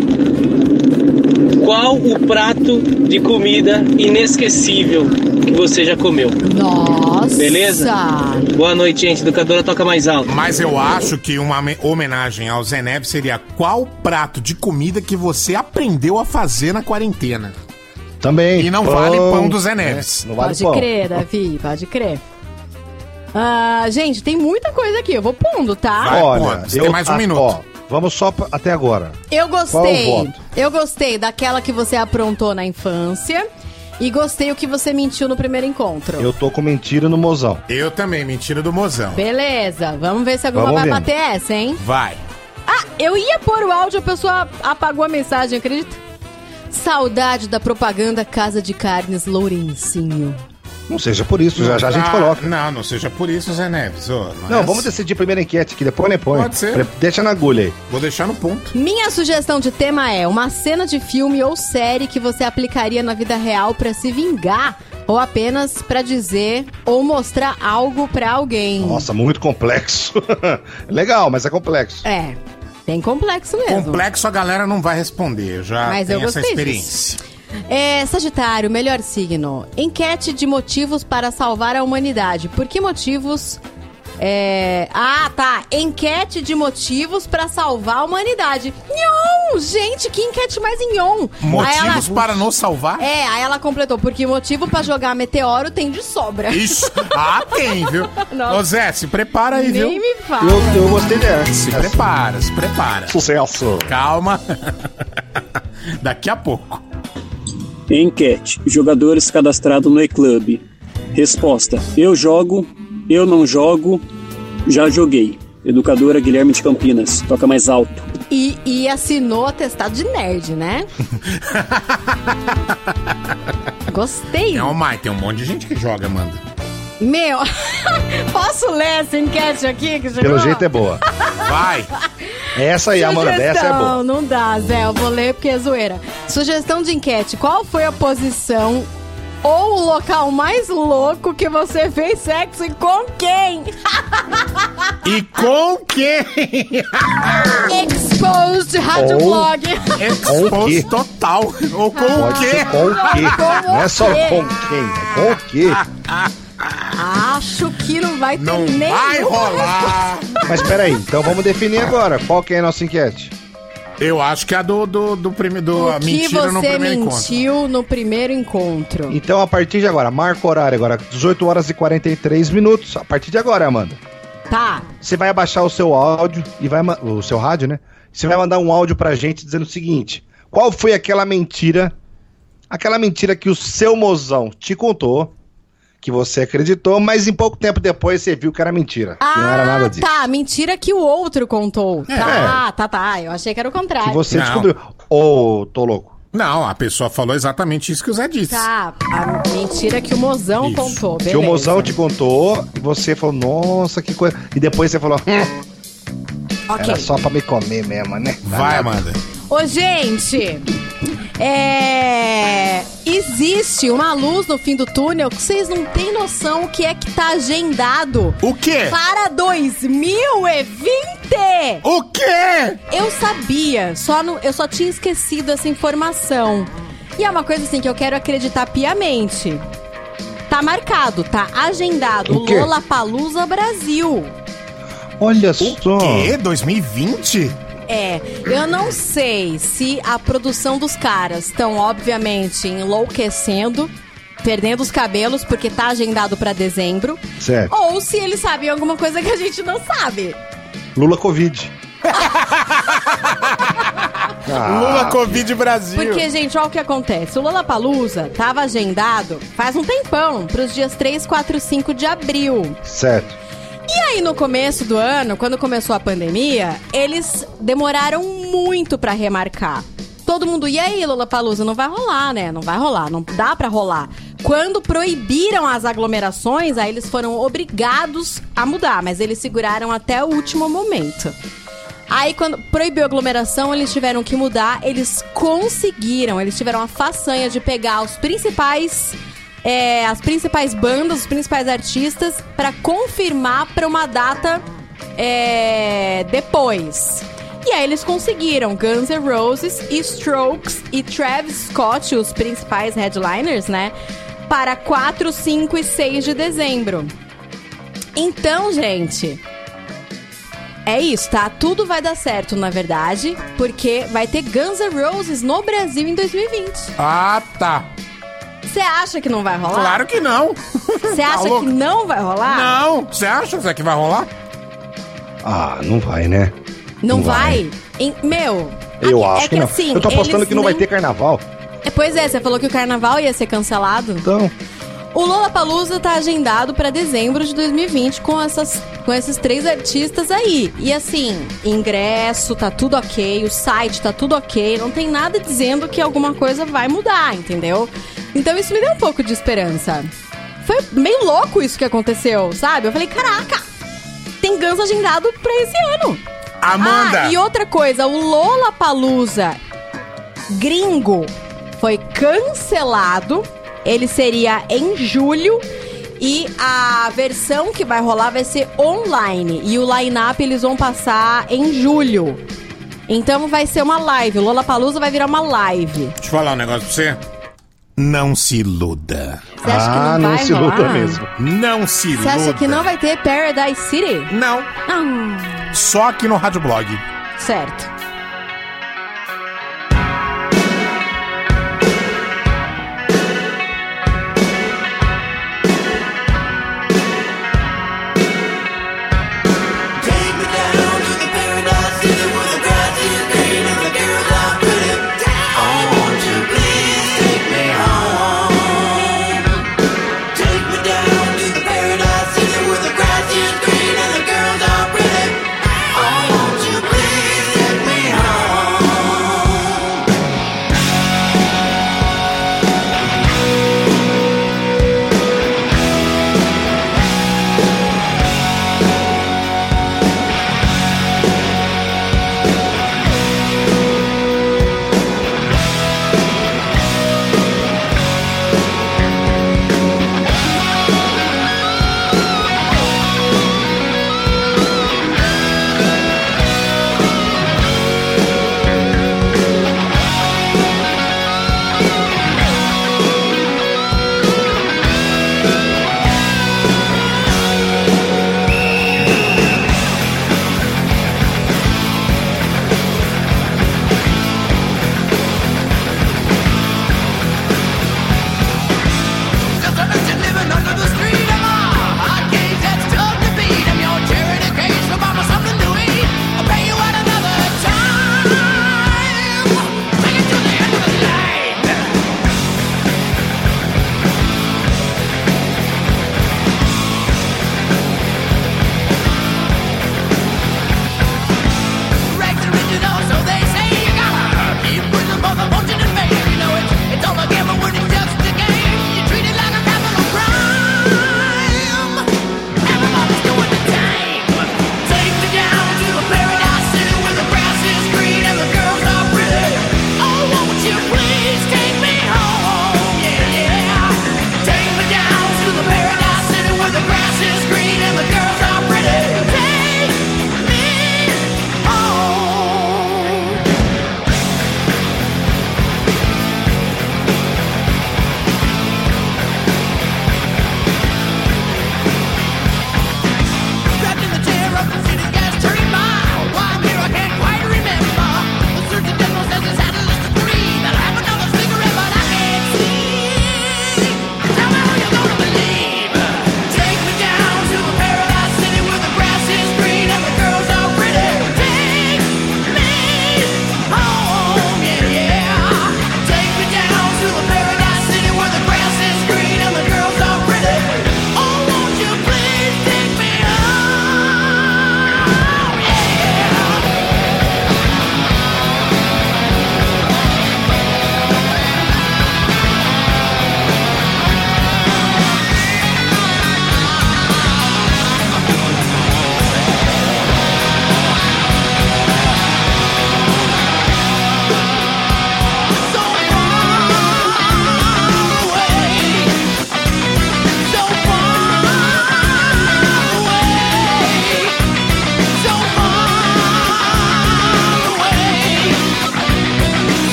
qual o prato de comida inesquecível que você já comeu? Nossa! Beleza? Boa noite, gente. Educadora, toca mais alto. Mas eu acho que uma me- homenagem ao Zé Neves seria qual prato de comida que você aprendeu a fazer na quarentena. Também. E não vale pão do Zé Neves. Não vale Pode pão. crer, Davi, pode crer. Ah, gente, tem muita coisa aqui, eu vou pondo, tá? Vai, Olha, pô, você tem mais um ah, minuto. Ó, vamos só pra- até agora. Eu Qual é gostei. o voto? Eu gostei daquela que você aprontou na infância. E gostei o que você mentiu no primeiro encontro. Eu tô com mentira no mozão. Eu também, mentira do mozão. Beleza, vamos ver se alguma Vamos vai vendo. bater essa, hein? Vai. Ah, eu ia pôr o áudio, a pessoa apagou a mensagem, acredita? Saudade da propaganda Casa de Carnes Lourencinho. Não seja por isso, já já a gente Ah, coloca. Não, não seja por isso, Zé Neves. Ô, Não, é vamos assim. decidir primeiro a enquete aqui, depois nem põe. Pode ser. Pre- Deixa na agulha aí. Vou deixar no ponto. Minha sugestão de tema é uma cena de filme ou série que você aplicaria na vida real pra se vingar ou apenas pra dizer ou mostrar algo pra alguém. Nossa, muito complexo. Legal, mas é complexo. É, bem complexo mesmo. Complexo a galera não vai responder. Eu já Mas tenho eu essa gostei experiência. É, Sagitário, melhor signo. Enquete de motivos para salvar a humanidade. Por que motivos... É... Ah, tá. Enquete de motivos pra salvar a humanidade. Nhon! Gente, que enquete mais nhon! Motivos Aí ela... para nos salvar? É, aí ela completou. Porque motivo pra jogar meteoro tem de sobra. Isso. Ah, tem, viu? Nossa. Ô Zé, se prepara aí, viu? Nem me fala. Eu, eu gostei dessa. Se prepara, se prepara. Sucesso. Calma. Daqui a pouco. Enquete. Jogadores cadastrados no E-Club. Resposta: eu jogo, eu não jogo, já joguei. Educadora Guilherme de Campinas. Toca mais alto. E, e assinou atestado de nerd, né? Gostei. Não, mas tem um monte de gente que joga, Amanda. Meu, posso ler essa enquete aqui que chegou? Pelo jeito é boa. Vai. Essa aí, Amanda, essa é Sugestão, boa. não dá, Zé, eu vou ler porque é zoeira. Sugestão de enquete, qual foi a posição ou o local mais louco que você fez sexo e com quem? E com quem? Exposed Rádio Ou- Blog. Com o quê? Exposto total. Ou com o Pode quê? ser com o quê? Com Não é só o quê? com quem, é com o quê? Acho que não vai ter Não nem. vai rolar. Mas peraí, então vamos definir agora. Qual que é a nossa enquete? Eu acho que é a do, do, do, prime, do O a que mentira no você primeiro encontro. mentiu no primeiro encontro? Então, a partir de agora, marca o horário agora, dezoito horas e quarenta e três minutos. A partir de agora, Amanda. Tá. Você vai abaixar o seu áudio e vai ma- o seu rádio, né? Você vai mandar um áudio pra gente dizendo o seguinte: qual foi aquela mentira, aquela mentira que o seu mozão te contou, que você acreditou, mas em pouco tempo depois você viu que era mentira, que não era nada disso. Tá, mentira que o outro contou. É. Tá, tá, tá. Eu achei que era o contrário. Que você Não. descobriu. Ô, tô louco. Não, a pessoa falou exatamente isso que o Zé disse. Tá, a mentira que o mozão Isso. contou, beleza. Que o mozão te contou e você falou, nossa, que coisa. E depois você falou, hum, Ok. era só pra me comer mesmo, né? Vai, Amanda. Ô, gente, é... existe uma luz no fim do túnel que vocês não têm noção o que é que tá agendado. O quê? Para dois mil e vinte! O quê? Eu sabia, só não, eu só tinha esquecido essa informação. E é uma coisa assim que eu quero acreditar piamente. Tá marcado, tá agendado. O quê? Lollapalooza Brasil. Olha só. O quê? dois mil e vinte? É, eu não sei se a produção dos caras estão, obviamente, enlouquecendo, perdendo os cabelos, porque tá agendado pra dezembro. Certo. Ou se eles sabem alguma coisa que a gente não sabe. Lula Covid. Ah, Lula Covid Brasil. Porque, gente, olha o que acontece. O Lollapalooza tava agendado faz um tempão, pros dias três, quatro e cinco de abril. certo. E aí, no começo do ano, quando começou a pandemia, eles demoraram muito pra remarcar. Todo mundo, e aí, Lollapalooza, não vai rolar, né? Não vai rolar, não dá pra rolar. Quando proibiram as aglomerações, aí eles foram obrigados a mudar, mas eles seguraram até o último momento. Aí, quando proibiu a aglomeração, eles tiveram que mudar, eles conseguiram, eles tiveram a façanha de pegar os principais... É, as principais bandas, os principais artistas, pra confirmar pra uma data é, depois. E aí eles conseguiram Guns N' Roses, Strokes e Travis Scott, os principais headliners, né? Para quatro, cinco e seis de dezembro. Então, gente, é isso, tá? Tudo vai dar certo, na verdade, porque vai ter Guns N' Roses no Brasil em dois mil e vinte. Ah, tá. Você acha que não vai rolar? Claro que não. Você acha Tá louco? que não vai rolar? Não. Você acha Zé, que vai rolar? Ah, não vai, né? Não, Não vai. vai? Em- meu... Eu é acho que, que não. assim, Eu tô apostando eles que não vai nem- ter carnaval. É, pois é, você falou que o carnaval ia ser cancelado. Então... O Lollapalooza tá agendado pra dezembro de dois mil e vinte com, essas, com esses três artistas aí. E assim, ingresso, tá tudo ok, o site tá tudo ok, não tem nada dizendo que alguma coisa vai mudar, entendeu? Então isso me deu um pouco de esperança. Foi meio louco isso que aconteceu, sabe? Eu falei, caraca, tem Guns agendado pra esse ano. Amanda! Ah, e outra coisa, o Lollapalooza gringo foi cancelado. Ele seria em julho e a versão que vai rolar vai ser online. E o line-up eles vão passar em julho. Então vai ser uma live. O Lollapalooza vai virar uma live. Deixa eu falar um negócio pra você. Não se iluda. Você acha que não Ah, não vai se rolar? luta mesmo. Não se Você iluda. acha que não vai ter Paradise City? Não. Ah, Só aqui no Rádio Blog. certo. Take me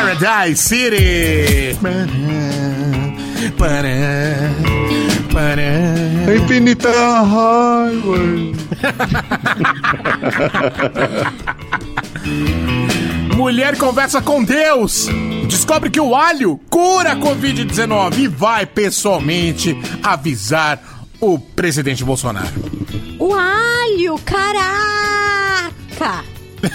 Paradise City. Para, para. Infinita Highway. Mulher conversa com Deus. Descobre que o alho cura a covid dezenove e vai pessoalmente avisar o presidente Bolsonaro. O alho, caraca!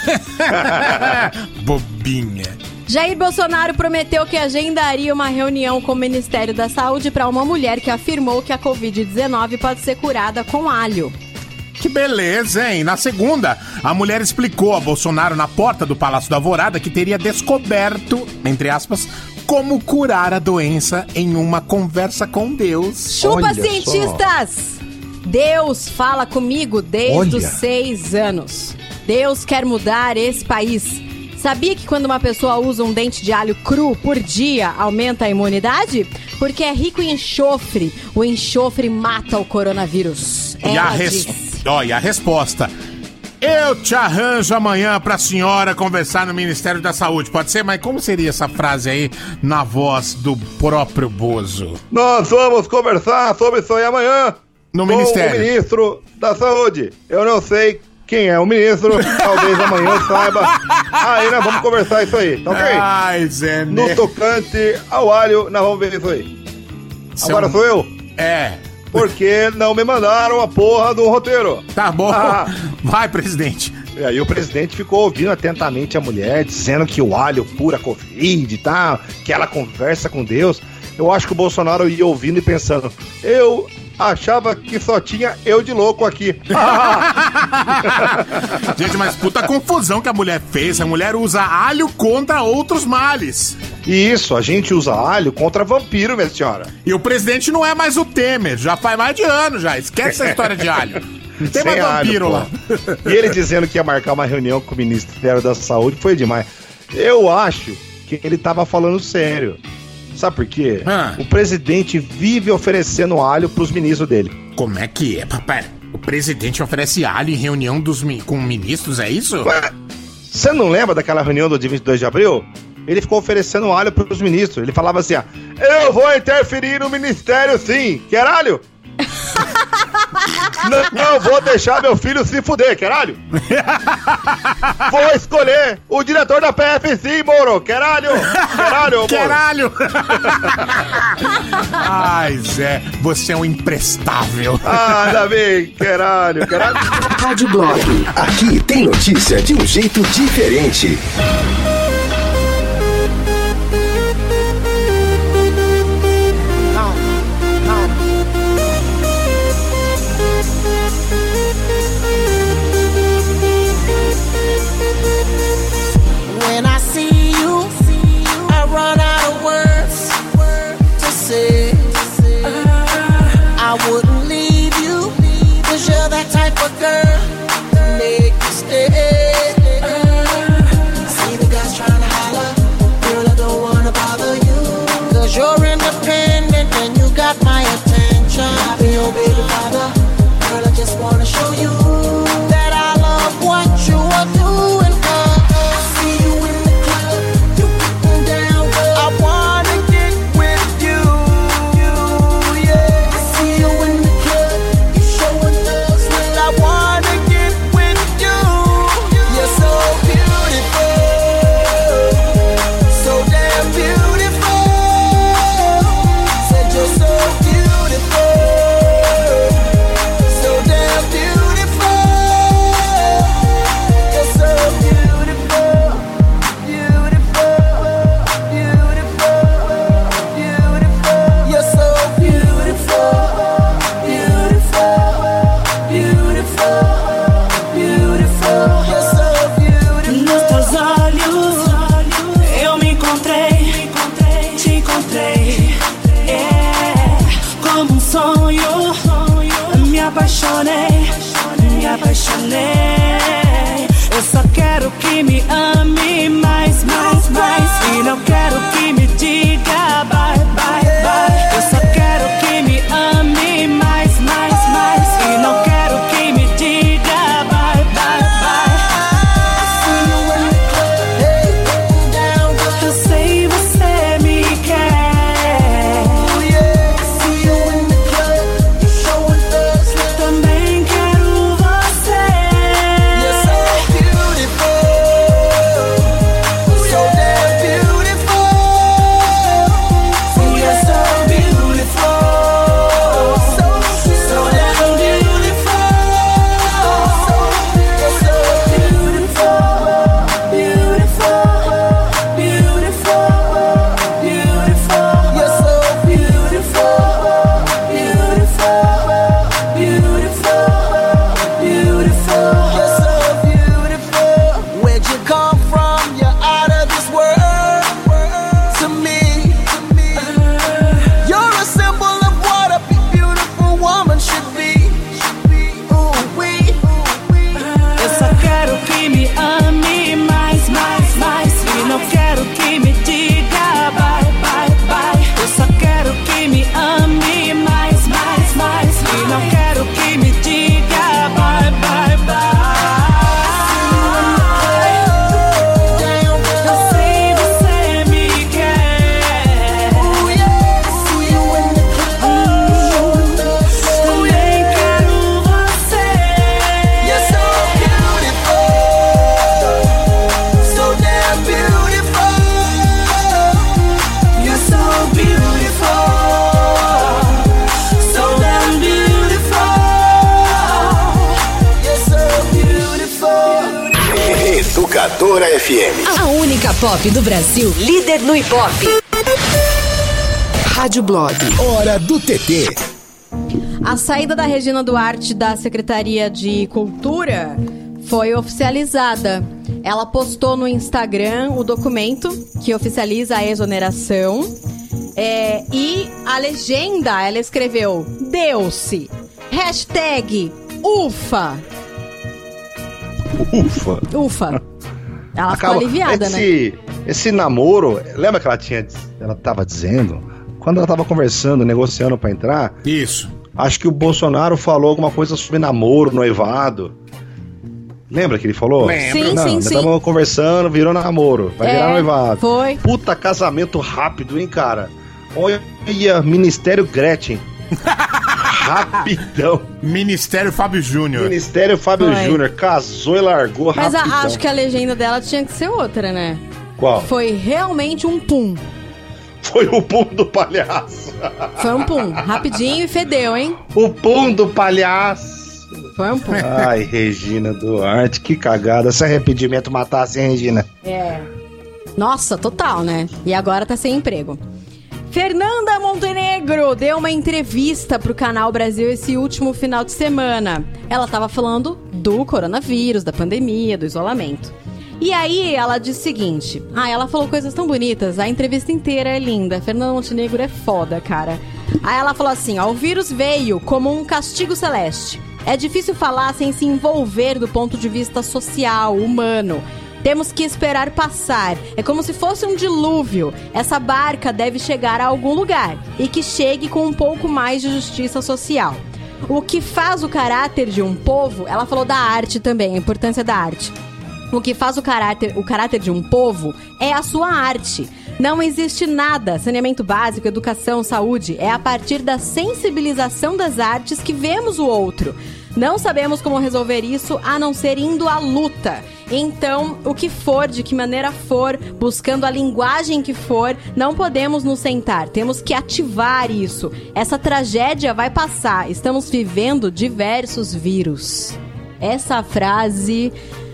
Bobinha. Jair Bolsonaro prometeu que agendaria uma reunião com o Ministério da Saúde para uma mulher que afirmou que a covid dezenove pode ser curada com alho. Que beleza, hein? Na segunda, a mulher explicou a Bolsonaro na porta do Palácio da Alvorada que teria descoberto, entre aspas, como curar a doença em uma conversa com Deus. Chupa, olha cientistas! Só. Deus fala comigo desde olha. os seis anos. Deus quer mudar esse país. Sabia que quando uma pessoa usa um dente de alho cru por dia, aumenta a imunidade? Porque é rico em enxofre. O enxofre mata o coronavírus. E a, res... oh, e a resposta... Eu te arranjo amanhã pra senhora conversar no Ministério da Saúde. Pode ser? Mas como seria essa frase aí na voz do próprio Bozo? Nós vamos conversar sobre isso aí amanhã no com Ministério. o Ministro da Saúde. Eu não sei quem é o ministro, talvez amanhã eu saiba. Aí nós vamos conversar isso aí, tá ok? Ai, Zé, no né? tocante ao alho, nós vamos ver isso aí. Seu... Agora sou eu? É. Porque não me mandaram a porra do roteiro. Tá bom. Ah. Vai, presidente. E aí o presidente ficou ouvindo atentamente a mulher, dizendo que o alho cura a Covid e tal, que ela conversa com Deus. Eu acho que o Bolsonaro ia ouvindo e pensando, eu achava que só tinha eu de louco aqui. Gente, mas puta confusão que a mulher fez. A mulher usa alho contra outros males. Isso, a gente usa alho contra vampiro, minha senhora. E o presidente não é mais o Temer, já faz mais de ano já. Esquece essa história de alho. Não tem mais vampiro alho, lá. E ele dizendo que ia marcar uma reunião com o Ministério da Saúde foi demais. Eu acho que ele tava falando sério. Sabe por quê? Ah. O presidente vive oferecendo alho pros ministros dele. Como é que é, papai? O presidente oferece alho em reunião dos, com ministros, é isso? Você não lembra daquela reunião do dia vinte e dois de abril? Ele ficou oferecendo alho pros ministros. Ele falava assim, ó, eu vou interferir no ministério sim. Quer alho? não, não vou deixar meu filho se fuder, caralho. Vou escolher o diretor da P F sim, Moro. Caralho. Caralho, Moro. Caralho. Ai, Zé, você é um imprestável. Ah, ainda bem, caralho, caralho. Rádio Blog. Aqui tem notícia de um jeito diferente. Eu só quero que me ame mais, mais, mais. E não quero que me diga bye, bye, bye. Eu só quero que me ame mais, mais, mais. E não quero que me diga bye, bye, bye. I see you in the club, hey, down, eu sei F M. A única pop do Brasil, líder no Ibope. Rádio Blog. Hora do T T. A saída da Regina Duarte da Secretaria de Cultura foi oficializada. Ela postou no Instagram o documento que oficializa a exoneração. É, e a legenda, ela escreveu: deu-se. Hashtag ufa. Ufa. Ufa. Ela Acabou. ficou aliviada, esse, né? Esse namoro, lembra que ela tinha, ela tava dizendo, quando ela tava conversando, negociando pra entrar? Isso. Acho que o Bolsonaro falou alguma coisa sobre namoro, noivado. Lembra que ele falou? Lembro. Sim, Não, sim, nós sim. tava conversando, virou namoro, vai É, virar noivado. Foi. Puta casamento rápido, hein, cara? Olha, Ministério Gretchen. Rapidão. Ministério Fábio Júnior. Ministério Fábio Foi. Júnior casou e largou Mas a- rapidão. acho que a legenda dela tinha que ser outra, né? Qual? Foi realmente um pum. Foi o pum do palhaço. Foi um pum. Rapidinho e fedeu, hein? O pum do palhaço. Foi um pum. Ai, Regina Duarte, que cagada. Se arrependimento matasse, hein, Regina? É. Nossa, total, né? E agora tá sem emprego. Fernanda Montenegro deu uma entrevista pro Canal Brasil esse último final de semana. Ela tava falando do coronavírus, da pandemia, do isolamento. E aí ela disse o seguinte: ah, ela falou coisas tão bonitas, a entrevista inteira é linda. Fernanda Montenegro é foda, cara. Aí ela falou assim: ó, o vírus veio como um castigo celeste. É difícil falar sem se envolver do ponto de vista social, humano. Temos que esperar passar. É como se fosse um dilúvio. Essa barca deve chegar a algum lugar e que chegue com um pouco mais de justiça social. O que faz o caráter de um povo... Ela falou da arte também, a importância da arte. O que faz o caráter, o caráter de um povo é a sua arte. Não existe nada, saneamento básico, educação, saúde. É a partir da sensibilização das artes que vemos o outro. Não sabemos como resolver isso a não ser indo à luta. Então, o que for, de que maneira for, buscando a linguagem que for, não podemos nos sentar. Temos que ativar isso. Essa tragédia vai passar. Estamos vivendo diversos vírus. Essa frase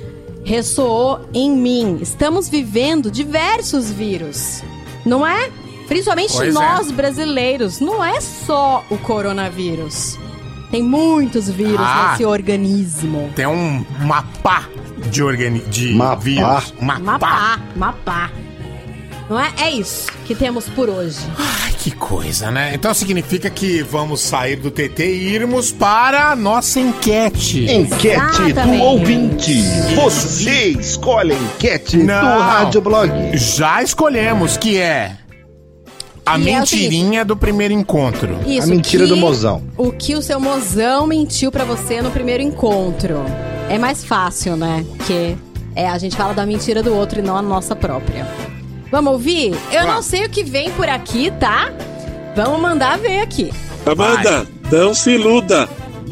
ressoou em mim. Estamos vivendo diversos vírus. Não é? Principalmente Pois nós é. brasileiros. Não é só o coronavírus. Tem muitos vírus Ah. nesse organismo. Tem um mapa de, organi de Mapá. vírus. Mapa. Mapá, mapá. Não é? É isso que temos por hoje. Ai, que coisa, né? Então significa que vamos sair do T T e irmos para a nossa enquete. Enquete Exatamente. do ouvinte. Você escolhe a enquete Não. do Rádio Blog. Já escolhemos, que é a E é o mentirinha do primeiro encontro. Isso, A mentira que- do mozão. O que o seu mozão mentiu pra você no primeiro encontro. É mais fácil, né? Porque é, a gente fala da mentira do outro e não a nossa própria. Vamos ouvir? Eu não sei o que vem por aqui, tá? Vamos mandar ver aqui. Amanda, não se iluda.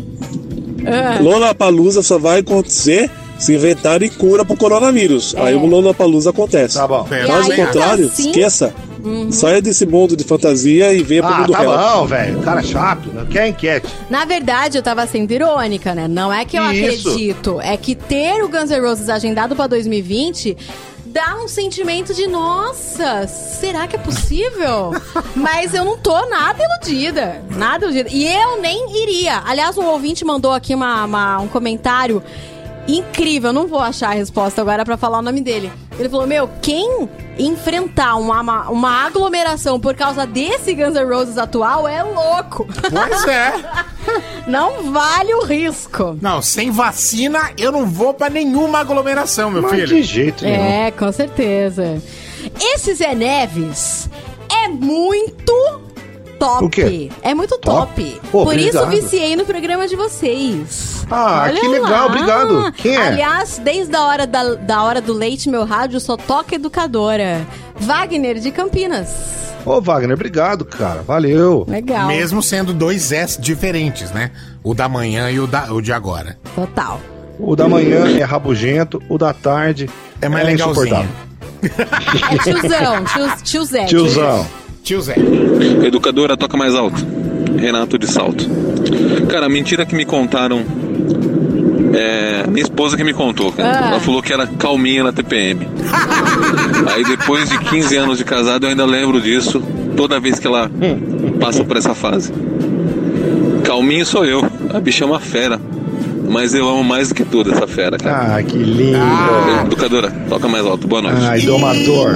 Ah. Lollapalooza só vai acontecer se inventarem cura pro coronavírus. É. Aí o Lollapalooza acontece. Tá bom. É, Caso aí, contrário, assim- esqueça. Uhum. Saia desse mundo de fantasia e venha pro Ah, mundo tá real. bom, velho. Cara chato. Não quer enquete. Na verdade, eu tava sendo irônica, né? Não é que eu Isso. acredito. É que ter o Guns N' Roses agendado pra dois mil e vinte dá um sentimento de, nossa, será que é possível? Mas eu não tô nada iludida. Nada iludida. E eu nem iria. Aliás, um ouvinte mandou aqui uma, uma- um comentário incrível. Eu não vou achar a resposta agora pra falar o nome dele. Ele falou, meu, quem enfrentar uma, uma, uma aglomeração por causa desse Guns N' Roses atual é louco. Pois é. Não vale o risco. Não, sem vacina eu não vou pra nenhuma aglomeração, meu Mas filho. de jeito nenhum. É, com certeza. Esse Zé Neves é muito top. O quê? É muito top. Top? Pô, Por isso obrigado. viciei no programa de vocês. Ah, Olha que legal, lá. obrigado. Quem é? Aliás, desde a hora da, da hora do leite, meu rádio só toca educadora. Wagner de Campinas. Ô, Wagner, obrigado, cara. Valeu. Legal. Mesmo sendo dois S diferentes, né? O da manhã e o, da, o de agora. Total. O da manhã é rabugento, o da tarde É mais legalzinho. insuportável. É tiozão, tio, tio Zé. Tiozão. Tio Zé. Educadora, toca mais alto. Renato de Salto. Cara, a mentira que me contaram É, minha esposa que me contou, cara. Ah. Ela falou que era calminha na T P M. Aí depois de quinze anos de casado eu ainda lembro disso toda vez que ela passa por essa fase. Calminho sou eu, a bicha é uma fera. Mas eu amo mais do que tudo essa fera, cara. Ah, que lindo. Ah. Educadora, toca mais alto, boa noite. Ai, domador.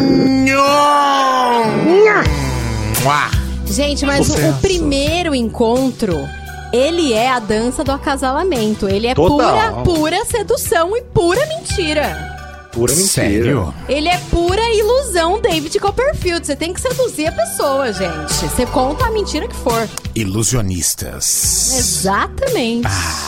Gente, mas o, o primeiro encontro, ele é a dança do acasalamento. Ele é pura, Total. pura sedução e pura mentira. Pura mentira. Sério? Ele é pura ilusão, David Copperfield. Você tem que seduzir a pessoa, gente. Você conta a mentira que for. Ilusionistas. Exatamente.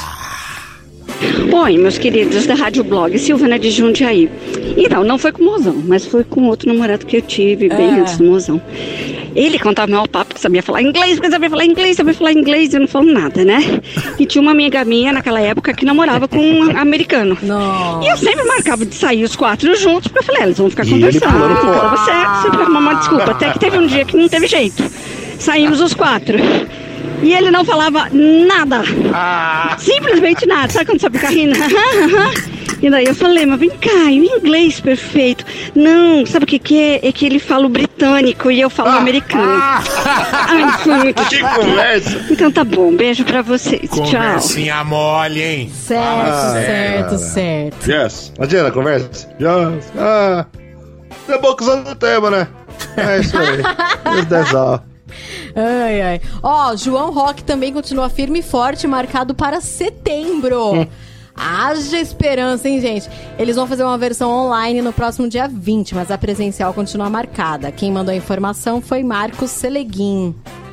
Oi, meus queridos da Rádio Blog, Silvana de Jundiaí. Então, não foi com o mozão, mas foi com outro namorado que eu tive bem É. antes do mozão. Ele contava meu papo que sabia falar inglês, porque sabia falar inglês, sabia falar inglês, eu não falo nada, né? E tinha uma amiga minha naquela época que namorava com um americano. Nossa. E eu sempre marcava de sair os quatro juntos, porque eu falei, ah, eles vão ficar E ele conversando. pulando fora. Falava certo, sempre arrumava uma desculpa. Até que teve um dia que não teve jeito. Saímos os quatro. E ele não falava nada. Simplesmente nada. Sabe quando você fica rindo? E daí eu falei, mas vem cá, e o inglês perfeito? Não, sabe o que que é? É que ele fala o britânico e eu falo o americano. Ai, foi muito Que conversa. Então tá bom, beijo pra vocês. Tchau. Conversinha mole, hein? Certo, Ah, certo, cara. certo. Yes. Imagina a conversa. Yes. Ah. É bom que usando o tema, né? É isso aí. Os desal. Ai, ai. Ó, João Rock também continua firme e forte, marcado para setembro. Hum. Haja esperança, hein, gente? Eles vão fazer uma versão online no próximo dia vinte, mas a presencial continua marcada. Quem mandou a informação foi Marcos Seleguin.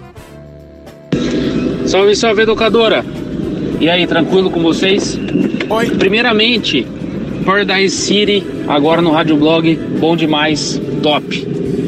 Salve, salve, educadora. E aí, tranquilo com vocês? Oi. Primeiramente, Paradise City, agora no Rádio Blog, bom demais, top.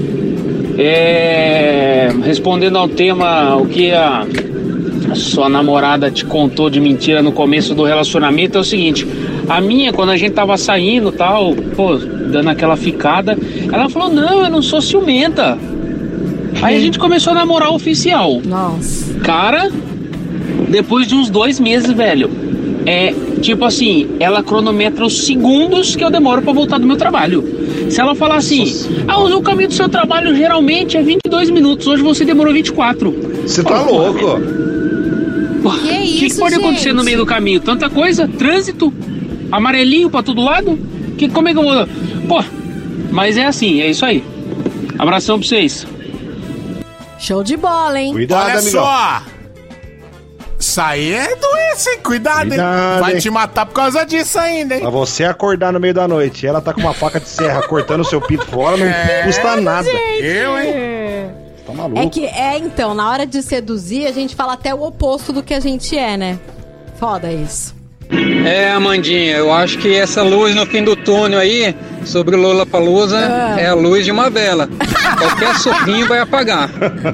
É... Respondendo ao tema, o que a sua namorada te contou de mentira no começo do relacionamento é o seguinte: a minha, quando a gente tava saindo e tal, pô, dando aquela ficada, ela falou, não, eu não sou ciumenta. Aí a gente começou a namorar oficial. Nossa. Cara, depois de uns dois meses, velho, é tipo assim, ela cronometra os segundos que eu demoro pra voltar do meu trabalho. Se ela falar assim, ah, o caminho do seu trabalho geralmente é vinte e dois minutos, hoje você demorou vinte e quatro. Você tá louco? Que O que, isso, que pode gente? acontecer no meio do caminho? Tanta coisa, trânsito, amarelinho pra todo lado. Que, como é que eu vou... Pô, mas é assim, é isso aí. Abração pra vocês. Show de bola, hein? Cuidado, Olha amigo. só. Isso aí é doença, hein? Cuidado, Cuidado, hein? Vai hein? te matar por causa disso ainda, hein? Pra você acordar no meio da noite e ela tá com uma faca de serra cortando o seu pito fora, não É, custa nada. Eu, hein? Tá maluco? É que, é então, na hora de seduzir, a gente fala até o oposto do que a gente é, né? Foda isso. É, Amandinha, eu acho que essa luz no fim do túnel aí, sobre o Lollapalooza, Ah. é a luz de uma vela. Qualquer sorrinho vai apagar.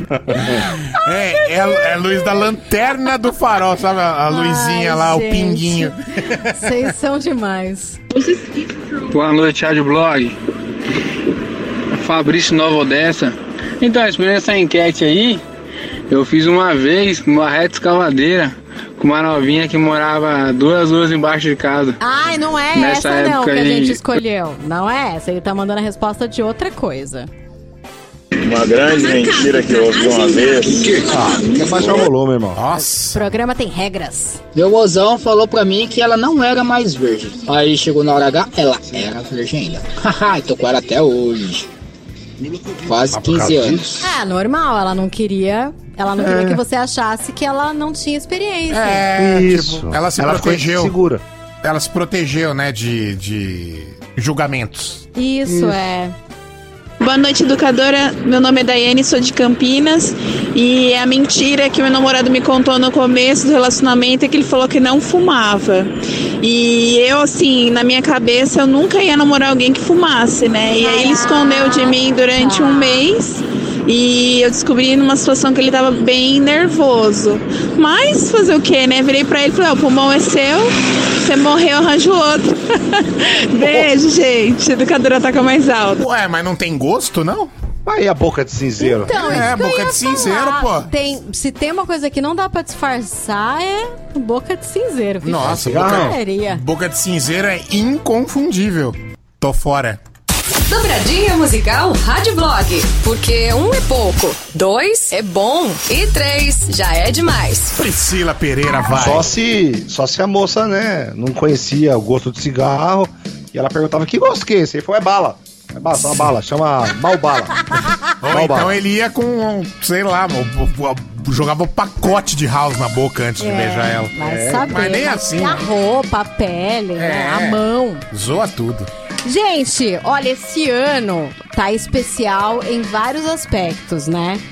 É, é, é a luz da lanterna do farol, sabe? A, a luzinha Ai, lá, gente. o pinguinho. Vocês são demais. Boa noite, Rádio Blog. Fabrício Nova Odessa. Então, respondendo essa enquete aí, eu fiz uma vez uma reta escavadeira com uma novinha que morava duas ruas embaixo de casa. Ai, não é Nessa essa não que época a aí- gente escolheu. Não é essa. Ele tá mandando a resposta de outra coisa. Uma grande mentira que eu ouvi uma vez. Ah, quer baixar o volume, irmão. O Nossa. programa tem regras. Meu mozão falou pra mim que ela não era mais virgem. Aí chegou na hora H, ela era virgem ainda. Haha, e tô com ela até hoje. Quase Ah, por quinze causa anos. disso? É, normal. Ela não queria... Ela não queria que você achasse que ela não tinha experiência. É, Isso. tipo, ela se Ela ficou protegeu. segura. Ela se protegeu, né, de, de julgamentos. Isso, é. Boa noite, educadora. Meu nome é Daiane, sou de Campinas. E a mentira que meu namorado me contou no começo do relacionamento é que ele falou que não fumava. E eu, assim, na minha cabeça, eu nunca ia namorar alguém que fumasse, né? E aí ele escondeu de mim durante um mês. E eu descobri numa situação que ele tava bem nervoso. Mas fazer o quê, né? Virei pra ele e falei, ó, o pulmão é seu, você morreu, arranjo outro. Beijo, gente. A educadora toca mais alto. Ué, mas não tem gosto, não? Aí a boca de cinzeiro. Então, É, isso que eu boca ia de cinzeiro, falar. pô. Tem, se tem uma coisa que não dá pra disfarçar, é boca de cinzeiro. Viu? Nossa, Porcaria. boca, boca de cinzeiro é inconfundível. Tô fora. Dobradinha musical Rádio Blog. Porque um é pouco, dois é bom e três já é demais. Priscila Pereira vai. Só se, só se a moça, né, não conhecia o gosto de cigarro e ela perguntava, que gosto que é esse? Ele falou, é bala. É bala, só uma bala, chama mal bala. Ou Mal então bala. ele ia com, sei lá, jogava um pacote de house na boca antes de É, beijar ela. Vai É, saber. mas nem mas assim. e a roupa, a pele, né, É. a mão. Zoa tudo. Gente, olha, esse ano tá especial em vários aspectos, né?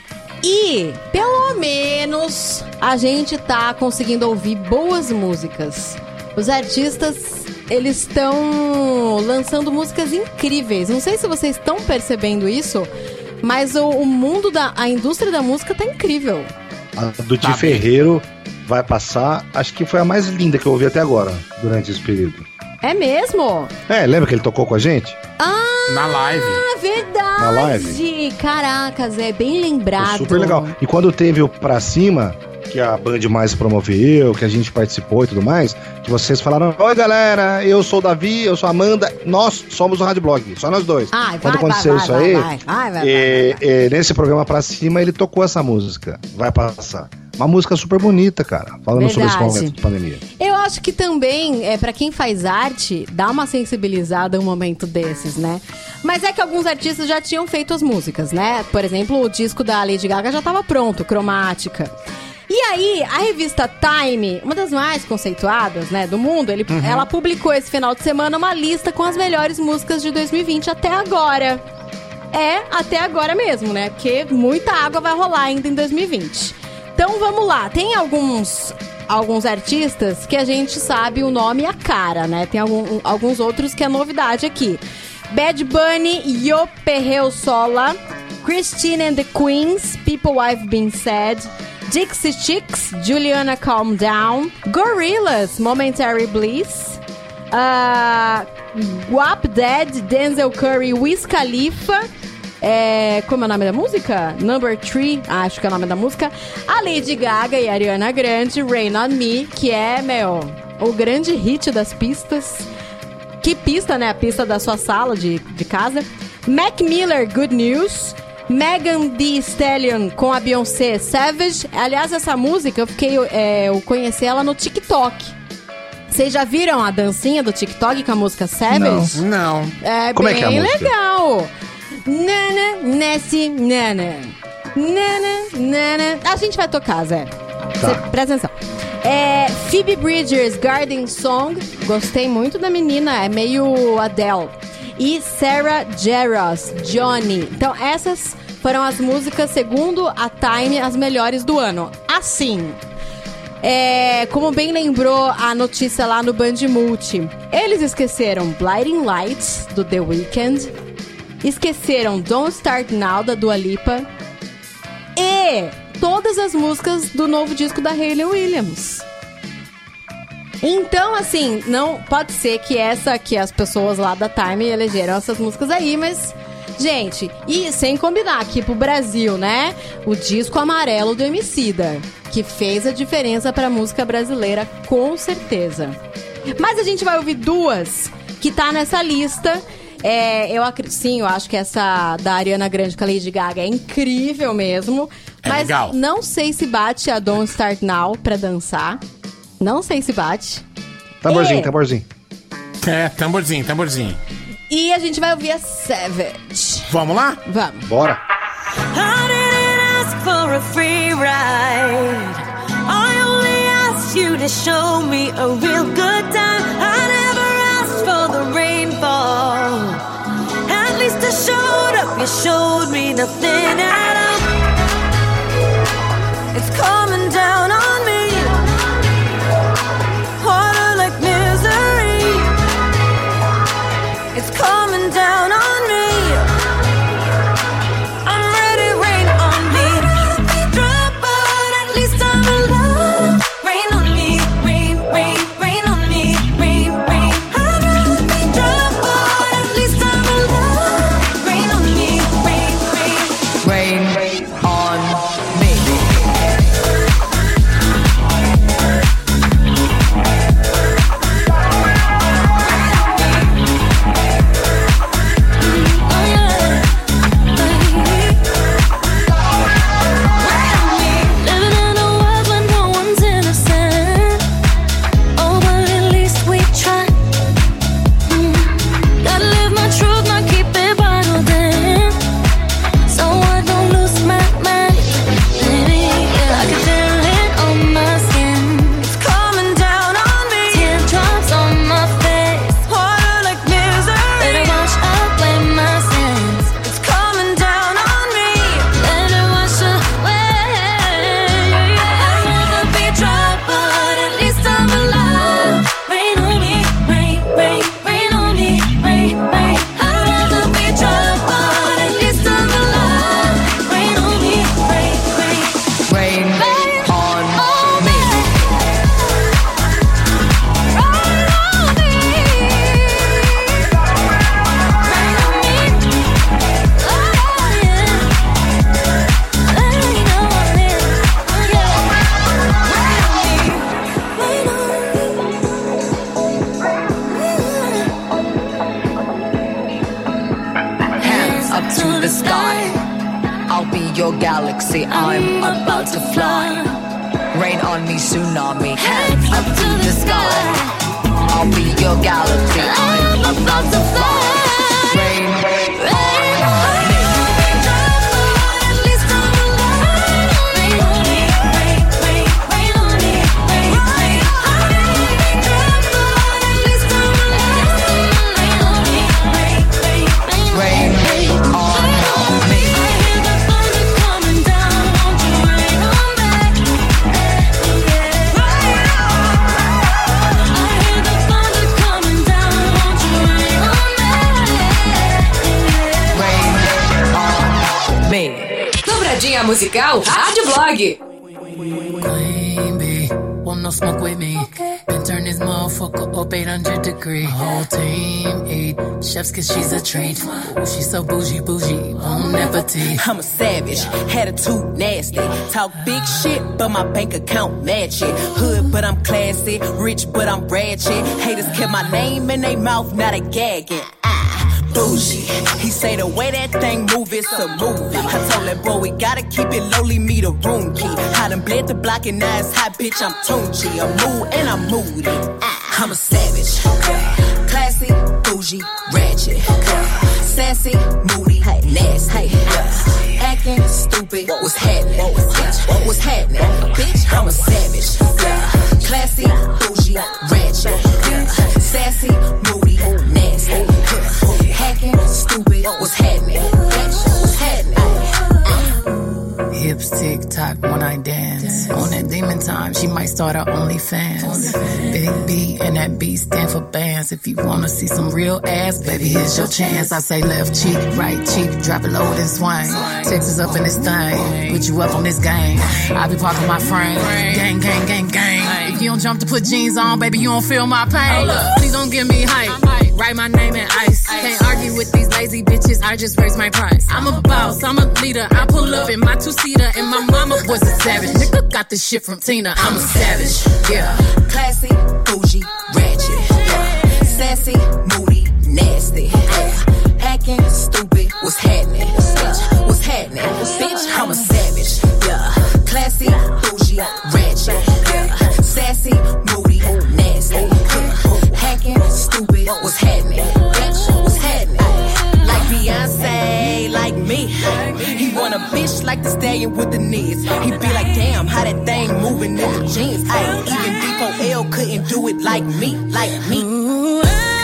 E, pelo menos, a gente tá conseguindo ouvir boas músicas. Os artistas, eles estão lançando músicas incríveis. Não sei se vocês estão percebendo isso, mas o, o mundo da a indústria da música tá incrível. A do Di Ferreiro vai passar, acho que foi a mais linda que eu ouvi até agora, durante esse período. É mesmo? É, lembra que ele tocou com a gente? Ah, Na live. verdade! Na live. Caracas, é bem lembrado. Foi super legal. E quando teve o Pra Cima, que a Band Mais promoveu, que a gente participou e tudo mais, que vocês falaram, oi galera, eu sou o Davi, eu sou a Amanda, nós somos o Rádio Blog, só nós dois. Ai, vai, quando aconteceu vai, isso vai, aí, vai, vai, vai, vai, é, é, nesse programa Pra Cima, ele tocou essa música, vai passar. Uma música super bonita, cara, falando Verdade. sobre esse momento de pandemia. Eu acho que também, é, para quem faz arte, dá uma sensibilizada um momento desses, né? Mas é que alguns artistas já tinham feito as músicas, né? Por exemplo, o disco da Lady Gaga já estava pronto, Cromática. E aí, a revista Time, uma das mais conceituadas, né, do mundo, ele, Uhum. ela publicou esse final de semana uma lista com as melhores músicas de dois mil e vinte até agora. É, até agora mesmo, né? Porque muita água vai rolar ainda em dois mil e vinte. Então vamos lá, tem alguns, alguns artistas que a gente sabe o nome e a cara, né? Tem algum, alguns outros que é novidade aqui. Bad Bunny, Yo Perreo Sola, Christine and the Queens, People I've Been Said, Dixie Chicks, Juliana Calm Down, Gorillaz, Momentary Bliss, uh, Guap Dead, Denzel Curry, Wiz Khalifa, é, como é o nome da música? Number Three, acho que é o nome da música. A Lady Gaga e a Ariana Grande, Rain on Me, que é, meu, o grande hit das pistas. Que pista, né? A pista da sua sala de, de casa. Mac Miller, Good News. Megan Thee Stallion com a Beyoncé, Savage. Aliás, essa música eu fiquei, é, eu conheci ela no TikTok. Vocês já viram a dancinha do TikTok com a música Savage? Não. É Como é bem que é a música? legal. Nana, Nessie, Nana. Nana, Nana. A gente vai tocar, Zé. Cê, presta atenção. É, Phoebe Bridgers, Garden Song. Gostei muito da menina, é meio Adele. E Sarah Jarosz, Johnny. Então, essas foram as músicas, segundo a Time, as melhores do ano. Assim, é, como bem lembrou a notícia lá no Band Multi, eles esqueceram Blinding Lights, do The Weeknd. Esqueceram Don't Start Now, da Dua Lipa. E todas as músicas do novo disco da Hayley Williams. Então, assim, não pode ser que essa que as pessoas lá da Time elegeram essas músicas aí, mas, gente, e sem combinar aqui pro Brasil, né? O disco amarelo do Emicida, que fez a diferença pra música brasileira, com certeza. Mas a gente vai ouvir duas que tá nessa lista. É, eu acredito, sim, eu acho que essa da Ariana Grande com a Lady Gaga é incrível mesmo. É mas legal. não sei se bate a Don't Start Now pra dançar. Não sei se bate. Tamborzinho, E- tamborzinho. É, tamborzinho, tamborzinho. E a gente vai ouvir a Savage. Vamos lá? Vamos. Bora. I didn't ask for a free ride. I only asked you to show me a real good time. I never asked for the rainfall. At least I showed up, you showed me nothing at all. It's coming down on me. Water like misery. It's coming down on me. I'm ready, rain on me. Drop out, at least I'm alive. Rain on me, rain, rain, rain on me, rain, rain. I'd rather be drop out, at least I'm alive. Rain on me, rain, the sky. I'll be your galaxy, I'm about to fly. Rain on me, tsunami, head up to the sky. I'll be your galaxy, I'm about to fly. Rain, rain, rain on me. Dobradinha musical Rádio Blog. Queen bee, want no smoke with me. Okay. Been turn this motherfucker up eight hundred degree. My whole team eat chefs cause she's a treat. Ooh, she's so bougie, bougie, bon appetit. I'm a savage, attitude nasty. Talk big shit, but my bank account match it. Hood, but I'm classy. Rich, but I'm ratchet. Haters kept my name in their mouth, now they gagging. Bougie. He say the way that thing move, it's a movie. I told that boy we gotta keep it lowly, me the room key. I done bled the block and now it's hot, bitch, I'm Tunchi. I'm mood and I'm moody. I'm a savage. Classy, bougie, ratchet. Sassy, moody, nasty. Acting stupid, what's happening? Bitch, what's happening? Bitch, I'm a savage. Classy, bougie, ratchet. Sassy, moody, nasty. Hacking, stupid, what's happening? What's happening? Hips tick tock when I dance. On that demon time, she might start her OnlyFans. Big B and that B stand for bands. If you wanna see some real ass, baby, here's your chance. I say left cheek, right cheek, drop it low and swing. Texas up in this thing, put you up on this game. I be parking my frame, gang, gang, gang, gang. If you don't jump to put jeans on, baby, you don't feel my pain. Please don't give me hype. Write my name in ice. Can't argue with these lazy bitches, I just raise my price. I'm a boss, I'm a leader. I pull up in my two-seater, and my mama was a savage. Nigga got this shit from Tina, I'm a savage. Yeah. Classy, bougie, ratchet. Yeah. Sassy, moody, nasty. Yeah. Acting stupid, what's happening? Bitch, what's happening? Bitch, I'm a savage. Yeah. Classy, bougie, ratchet. Yeah. Sassy, moody, nasty. Yeah. Hacking, stupid, what's happening? Bitch, what's happening? Like Beyonce, like me. He want a bitch like the stallion with the knees. He be like, damn, how that thing moving in the jeans. Ay, even D four L couldn't do it like me, like me. Ooh,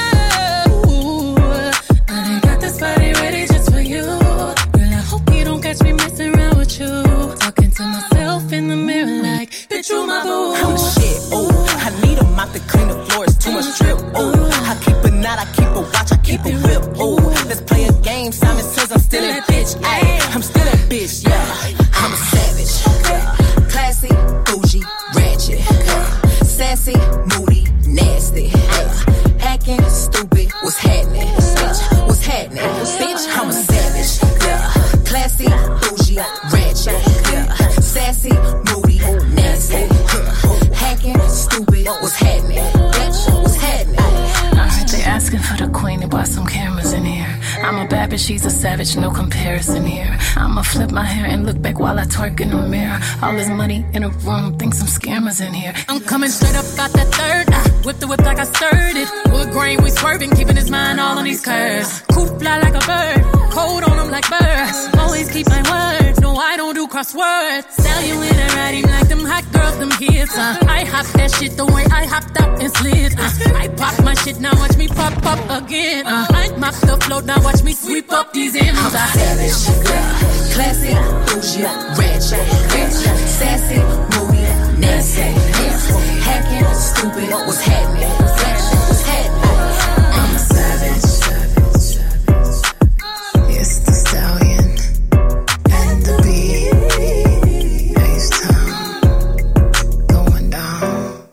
ooh, I done got this body ready just for you. Girl, I hope you don't catch me messing around with you. Talking to myself in the mirror like, bitch, you my boo. I'm the shit, ooh. I need a mop to clean the floors, too much drip, ooh. I keep a knot, I keep a watch, I keep a whip, ooh. Let's play a game, Simon says I'm still a bitch, ayy. I'm still a bitch, yeah. I'm a savage, yeah. Classy, bougie, ratchet, yeah. Sassy, moody, nasty, yeah. Acting stupid, what's happening? Bitch, what's happening? Bitch, I'm a savage, yeah. Classy, bougie, ratchet, yeah. Sassy, moody, nasty, yeah. Hacking, stupid, what's happening? Bitch, what's happening? Alright, they asking for the queen to buy some cameras in here. I'm a bad bitch, she's a savage, no comparison here. I'ma flip my hair and look back while I twerk in the mirror. All this money in a room, think some scammers in here. I'm coming straight up, got that third. I whip the whip like I stirred it. Wood grain, we swerving, keeping his mind all on these curves. Coop fly like a bird, cold on him like birds. Always keep my word, no I don't do crosswords. Sell you in a riding like them hot girls, them kids. Uh. I hop that shit the way I hopped out and slid. Uh. I pop my shit, now watch me pop up again. Uh. I mop the float, now watch me sweep up these M's. I'm savage, yeah. Classy, bougie, ratchet, yeah. Sassy, moody, nasty, yeah. Hacking, stupid, what's happening? What's happening? I'm a savage, savage, savage. It's the stallion and the bee. H-Town going down.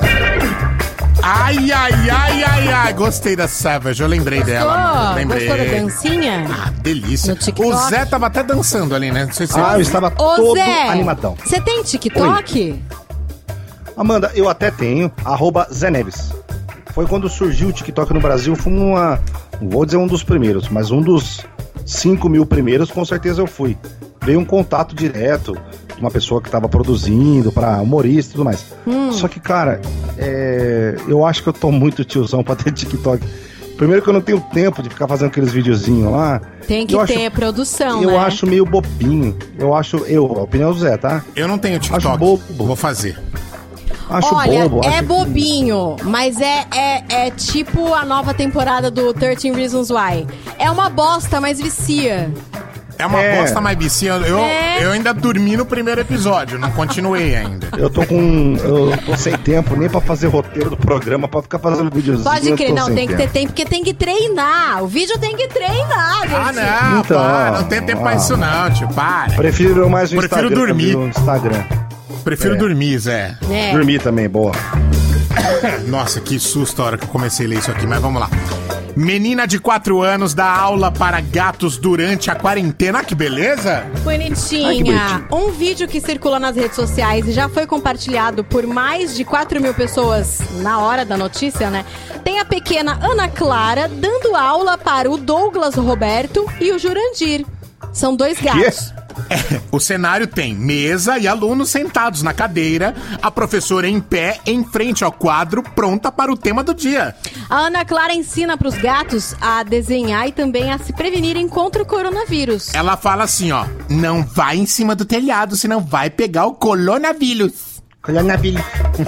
Ai, ai, ai, ai, ai. Gostei da Savage, eu lembrei Gostou? dela. Lembrei. Gostou da dancinha? Ah, delícia. O Zé tava até dançando ali, né? Não sei se Ah, eu estava Ô, todo Zé, animadão. Você tem TikTok? Oi. Amanda, eu até tenho, arroba Zé Neves. Foi quando surgiu o TikTok no Brasil, foi uma, não vou dizer um dos primeiros, mas um dos cinco mil primeiros, com certeza eu fui. Veio um contato direto, uma pessoa que tava produzindo, pra humorista e tudo mais. Hum. Só que, cara, é... eu acho que eu tô muito tiozão pra ter TikTok. Primeiro que eu não tenho tempo de ficar fazendo aqueles videozinhos lá. Tem que eu ter acho, produção, eu né? Eu acho meio bobinho. Eu acho, eu, a opinião do Zé, tá? Eu não tenho TikTok, acho bobo. Vou fazer. Acho Olha, bobo, é acho bobinho, que... mas é, é, é tipo a nova temporada do treze Reasons Why. É uma bosta, mas vicia. É uma é. bosta, mas vicia. Eu, é. eu ainda dormi no primeiro episódio, não continuei ainda. Eu tô com... Eu tô sem tempo nem pra fazer roteiro do programa, pra ficar fazendo videozinho. Pode crer, não, tem tempo. que ter tempo, porque tem que treinar. O vídeo tem que treinar, gente. Ah, não, então, para, não tem tempo ah, pra isso não, tio, para. Prefiro mais o Prefiro Instagram. dormir. No Instagram. Prefiro é. dormir, Zé. É. Dormir também, boa. Nossa, que susto a hora que eu comecei a ler isso aqui, mas vamos lá. Menina de quatro anos dá aula para gatos durante a quarentena. Ah, que beleza! Bonitinha. Ai, que bonitinho. Um vídeo que circula nas redes sociais e já foi compartilhado por mais de quatro mil pessoas na hora da notícia, né? Tem a pequena Ana Clara dando aula para o Douglas Roberto e o Jurandir. São dois gatos. É, o cenário tem mesa e alunos sentados na cadeira, a professora em pé em frente ao quadro, pronta para o tema do dia. A Ana Clara ensina para os gatos a desenhar e também a se prevenirem contra o coronavírus. Ela fala assim, ó, não vai em cima do telhado, senão vai pegar o coronavírus. Coronavírus.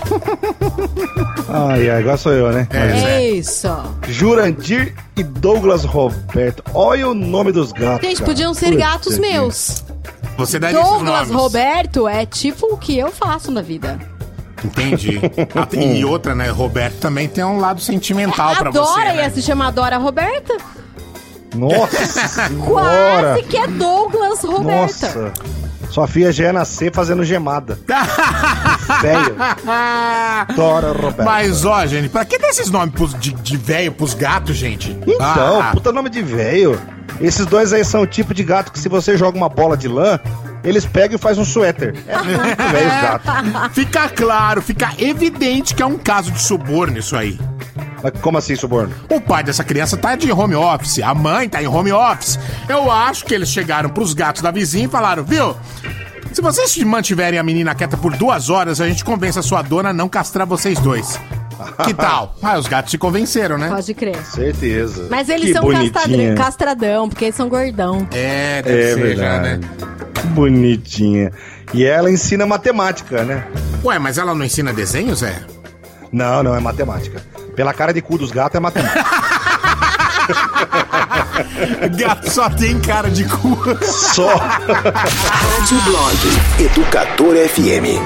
Ai, ai, agora sou eu, né? É, é isso. Jurandir e Douglas Roberto. Olha o nome dos gatos. Gente, podiam ser Puta gatos que... meus. Você daria Douglas esses nomes. Roberto é tipo o que eu faço na vida. Entendi. E outra, né? Roberto também tem um lado sentimental é, pra você. Adora, né? ia se chamar Dora Roberta. Nossa Quase que é Douglas Roberta. Nossa. Sua filha já ia nascer fazendo gemada. Velho. Dora Roberta. Mas, ó, gente, pra que desses nomes pros, de, de velho pros gatos, gente? Então, ah. puta nome de velho. Esses dois aí são o tipo de gato que se você joga uma bola de lã, eles pegam e fazem um suéter. É muito velho os gatos. Fica claro, fica evidente que é um caso de suborno isso aí. Mas como assim, suborno? O pai dessa criança tá de home office, a mãe tá em home office. Eu acho que eles chegaram pros gatos da vizinha e falaram, viu? Se vocês mantiverem a menina quieta por duas horas, a gente convence a sua dona a não castrar vocês dois. Que tal? Ah, os gatos se convenceram, né? Pode crer. Certeza. Mas eles que são castradão, castradão, porque eles são gordão. É, deve é ser verdade. já, né? Bonitinha. E ela ensina matemática, né? Ué, mas ela não ensina desenhos, é? Não, não, é matemática. Pela cara de cu dos gatos é matemática. Gato só tem cara de cu. Só. Rádio Blog Educador F M.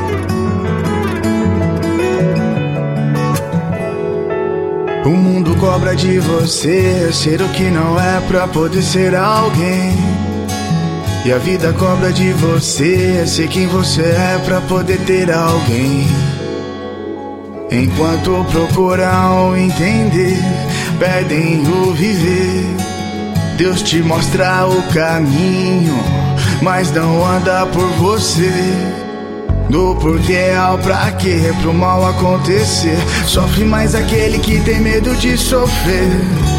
O mundo cobra de você ser o que não é pra poder ser alguém. E a vida cobra de você ser quem você é pra poder ter alguém. Enquanto procuram entender, perdem o viver. Deus te mostra o caminho, mas não anda por você. Do porquê ao pra quê, pro mal acontecer. Sofre mais aquele que tem medo de sofrer.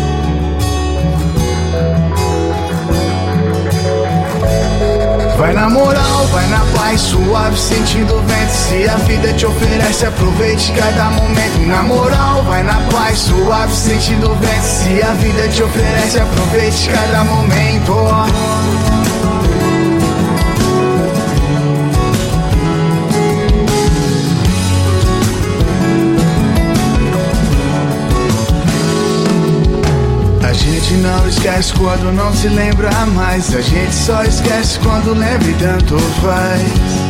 Vai na moral, vai na paz, suave, sentindo o vento. Se a vida te oferece, aproveite cada momento. Na moral, vai na paz, suave, sentindo o vento. Se a vida te oferece, aproveite cada momento. A gente não esquece quando não se lembra mais. A gente só esquece quando lembra e tanto faz.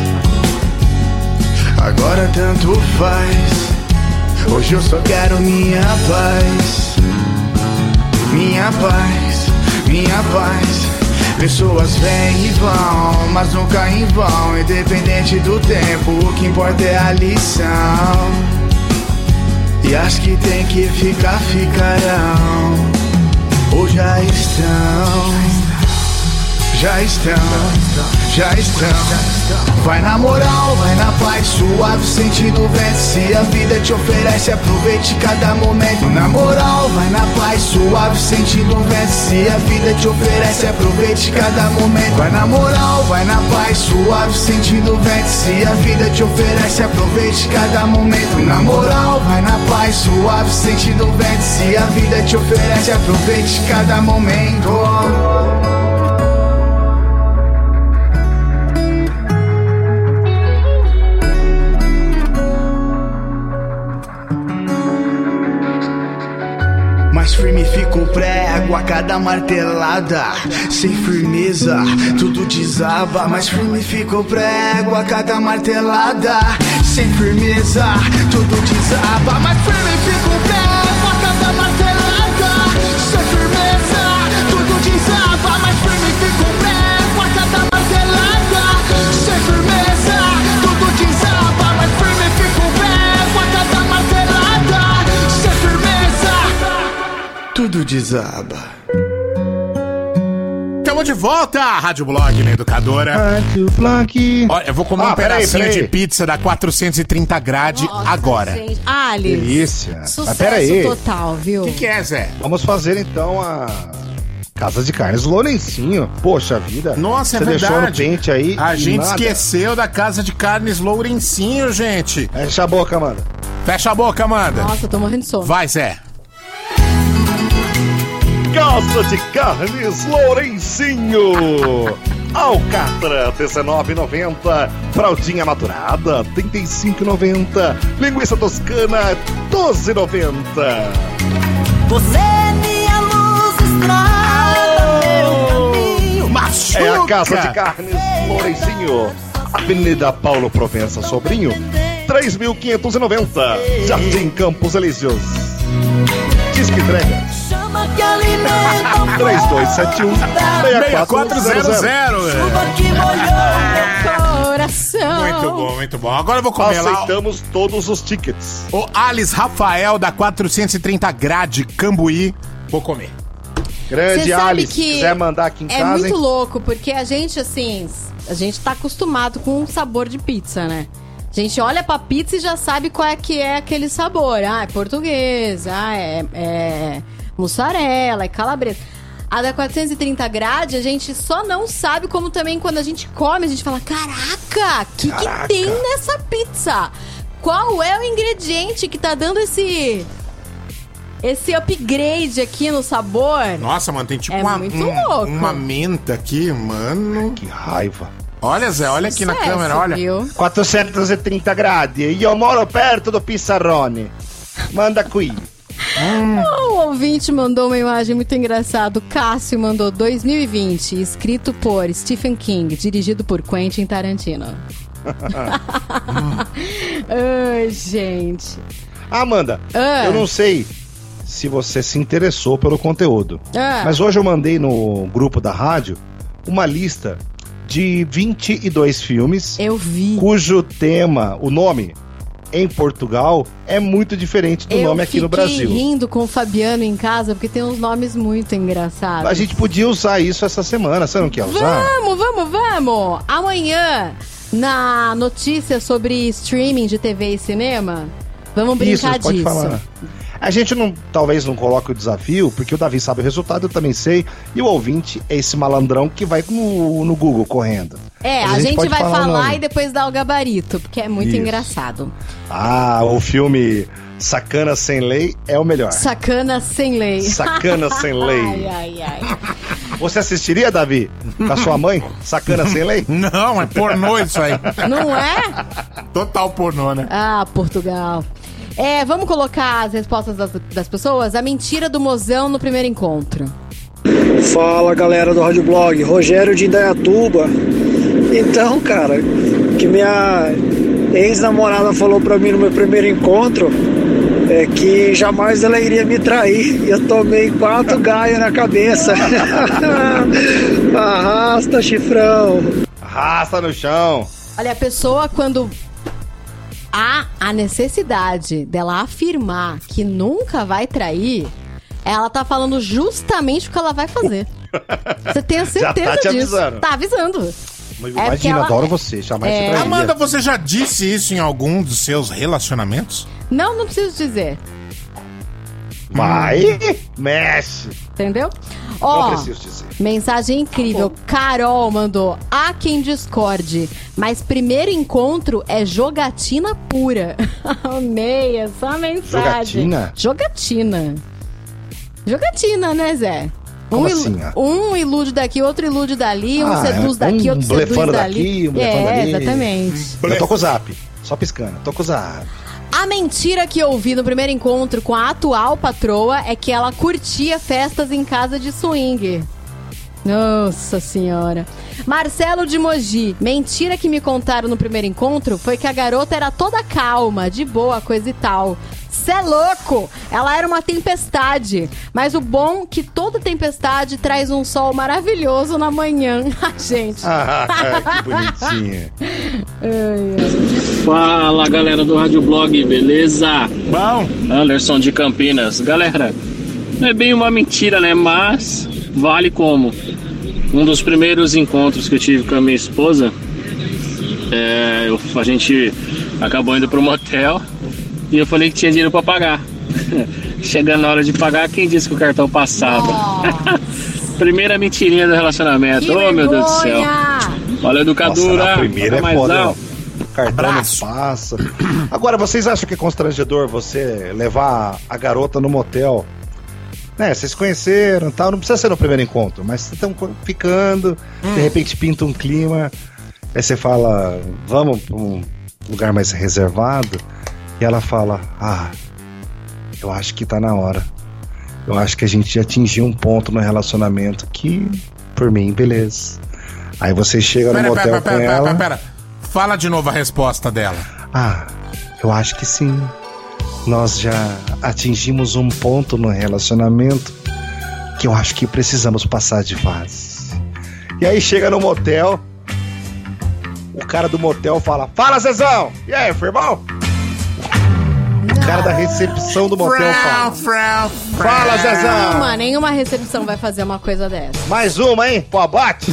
Agora tanto faz. Hoje eu só quero minha paz. Minha paz, minha paz. Pessoas vêm e vão, mas nunca em vão. Independente do tempo, o que importa é a lição. E as que tem que ficar, ficarão. Ou já estão. já estão, já estão. Vai na moral, vai na paz, suave, sentindo o vento. Se a vida te oferece, aproveite cada momento. Na moral, vai na paz, suave, sentindo o vento. Se a vida te oferece, aproveite cada momento. Vai na moral, vai na paz, suave, sentindo o vento. Se a vida te oferece, aproveite cada momento. Na moral, vai na paz, suave, sentindo o vento. Se a vida te oferece, aproveite cada momento. Mais firme fica o prego a cada martelada. Sem firmeza, tudo desaba. Mais firme fica o prego a cada martelada. Sem firmeza, tudo desaba. Mais firme fica o prego a cada martelada. Sem firmeza, tudo desaba. Mais firme fica o prego a cada martelada. Sem firmeza, tudo desaba. Mais firme fica o prego a cada martelada. Sem firmeza, tudo desaba. Estamos de volta, Rádio Blog na Educadora. Rádio Blog. Olha, eu vou comer Ah, um peraí, pedacinho peraí. de pizza da quatrocentos e trinta grade agora. Gente. Alice. Delícia. Mas Sucesso peraí. total, viu? O que, que é, Zé? Vamos fazer então a Casa de Carnes Lourencinho. Poxa vida. Nossa, é Você verdade. deixou no pente aí. A e gente nada. esqueceu da Casa de Carnes Lourencinho, gente. Fecha a boca, Amanda. Fecha a boca, Amanda. Nossa, eu tô morrendo de sono. Vai, Zé. Casa de Carnes Lourencinho. Alcatra, dezenove e noventa. Fraldinha maturada, trinta e cinco e noventa. Linguiça toscana, doze e noventa. Você é minha luz, estrada, meu caminho. Machuca. É a Casa de Carnes Lourencinho. Avenida Paulo Provença Sobrinho, três mil quinhentos e noventa. Jardim Campos Elíseos. Disque entrega Chama que alimenta três dois sete um, seis quatro zero zero. chuva que molhou Coração. Muito bom, muito bom. Agora eu vou comer lá. Aceitamos todos os tickets. O Alice Rafael da quatrocentos e trinta grade Cambuí. Vou comer. Grande Você sabe Alice, que se quiser mandar aqui em é casa, muito hein? louco, porque a gente, assim, a gente tá acostumado com o sabor de pizza, né? A gente olha pra pizza e já sabe qual é que é aquele sabor. Ah, é português, ah, é, é mussarela, é calabresa. A da quatrocentos e trinta grade, a gente só não sabe, como também quando a gente come, a gente fala, caraca, o que, que tem nessa pizza? Qual é o ingrediente que tá dando esse... Esse upgrade aqui no sabor? Nossa, mano, tem tipo É uma, muito um- louco. uma menta aqui, mano. Que raiva. Olha, Zé, olha aqui na Sucesso, câmera, olha. viu? quatrocentos e trinta gradi. E eu moro perto do Pissarrone. Manda qui. O ouvinte mandou uma imagem muito engraçada. O Cássio mandou dois mil e vinte, escrito por Stephen King, dirigido por Quentin Tarantino. Ai, gente. Amanda, Ah. eu não sei se você se interessou pelo conteúdo, Ah. mas hoje eu mandei no grupo da rádio uma lista de vinte e dois filmes. Eu vi. Cujo tema, o nome, em Portugal, é muito diferente do Eu nome aqui no Brasil. fiquei rindo com o Fabiano em casa, porque tem uns nomes muito engraçados. A gente podia usar isso essa semana, você não quer usar? Vamos, vamos, vamos! Amanhã, na notícia sobre streaming de T V e cinema, vamos brincar Isso, pode disso. falar. A gente não, talvez não coloque o desafio, porque o Davi sabe o resultado, eu também sei, e o ouvinte é esse malandrão que vai no, no Google correndo. É, Mas a, gente pode vai falar o falar nome. e depois dar o gabarito, porque é muito Isso. engraçado. Ah, o filme Sacana Sem Lei é o melhor. Sacana sem lei. Sacana sem lei. Ai, ai, ai. Você assistiria, Davi? Com a sua mãe? Sacana Sem Lei? Não, é pornô isso aí. Não é? Total pornô, né? Ah, Portugal. É, vamos colocar as respostas das, das pessoas? A mentira do mozão no primeiro encontro. Fala galera do Rádio Blog, Rogério de Indaiatuba. Então, cara, que minha ex-namorada falou pra mim no meu primeiro encontro é que jamais ela iria me trair. E eu tomei quatro gaios na cabeça. Arrasta, chifrão. Arrasta no chão. Olha, a pessoa quando há a necessidade dela afirmar que nunca vai trair, ela tá falando justamente o que ela vai fazer. Você tem a certeza Já tá te disso. avisando. Tá avisando. Mas É porque imagina, ela- adoro você, jamais É. te trairia. Amanda, você já disse isso em algum dos seus relacionamentos? Não, não preciso dizer. Vai, mexe. Entendeu? Não Ó, preciso dizer. mensagem incrível. Carol mandou. Há quem discorde, mas primeiro encontro é jogatina pura. Amei essa mensagem. Jogatina? Jogatina. Jogatina, né, Zé? Como um, ilu- assim, ó? um ilude daqui, outro ilude dali, um Ah, seduz é, daqui, um outro seduz blefando dali. daqui, um blefando é, dali. exatamente. Eu tô com o zap, só piscando, tô com o zap. A mentira que eu ouvi no primeiro encontro com a atual patroa é que ela curtia festas em casa de swing. Nossa senhora. Marcelo de Mogi. Mentira que me contaram no primeiro encontro foi que a garota era toda calma, de boa, coisa e tal. Cê é louco! Ela era uma tempestade. Mas o bom é que toda tempestade traz um sol maravilhoso na manhã. Gente. Ah, que bonitinha. Fala, galera do Rádio Blog, beleza? Bom. Anderson de Campinas. Galera, não é bem uma mentira, né? Mas vale como. Um dos primeiros encontros que eu tive com a minha esposa, é, eu- a gente acabou indo pro motel e eu falei que tinha dinheiro pra pagar. Chegando na hora de pagar, quem disse que o cartão passava? Primeira mentirinha do relacionamento. Que Oh, meu Deus do céu. vergonha! Valeu, educadora. Nossa, a primeira Até é mais foda, alto. ó. O cartão não passa. Agora, vocês acham que é constrangedor você levar a garota no motel? Né, vocês conheceram e tal, não precisa ser no primeiro encontro, mas vocês estão ficando, de repente pinta um clima, aí você fala, vamos pra um lugar mais reservado, e ela fala, ah, eu acho que tá na hora. Eu acho que a gente já atingiu um ponto no relacionamento que, por mim, beleza. Aí você chega no Pera, motel pera, com pera, pera, ela. pera, pera. Fala de novo a resposta dela. Ah, eu acho que sim. Nós já atingimos um ponto no relacionamento que eu acho que precisamos passar de fase. E aí chega no motel, o cara do motel fala, fala, Zezão! E aí, firmão? O cara da recepção do motel fala, fala, Zezão! Nenhuma, nenhuma recepção vai fazer uma coisa dessa. Mais uma, hein? Pô, abate!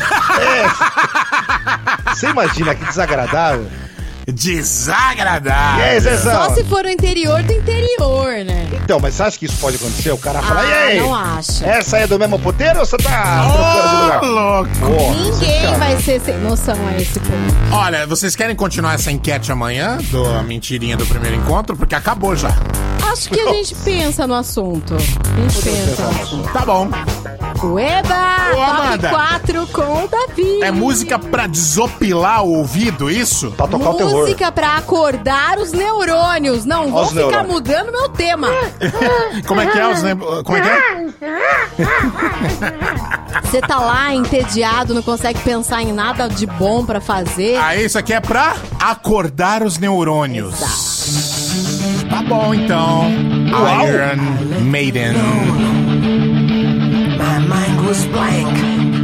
É. Você imagina que desagradável? Desagradável. E aí, Zezão? Só se for no interior do interior, né? Então, mas você acha que isso pode acontecer? O cara fala, Ah, e aí? não acho. Essa aí é do mesmo puteiro ou você tá trocando de lugar? louco. Porra, Ninguém cara. vai ser sem noção a esse ponto. Olha, vocês querem continuar essa enquete amanhã, da mentirinha do primeiro encontro? Porque acabou já. Acho que a gente pensa no assunto. A gente pensa no assunto. Tá bom. Eba! Ô, Top Amanda. quatro com o Davi. É música pra desopilar o ouvido, isso? Pra tocar o terror. Música pra acordar os neurônios. Não vou Os ficar neurônios. mudando meu tema. Como é que é os ne- Como é que é? Você tá lá entediado, não consegue pensar em nada de bom pra fazer. Ah, isso aqui é pra acordar os neurônios. Tá bom, então. Iron Maiden. My mind was blank.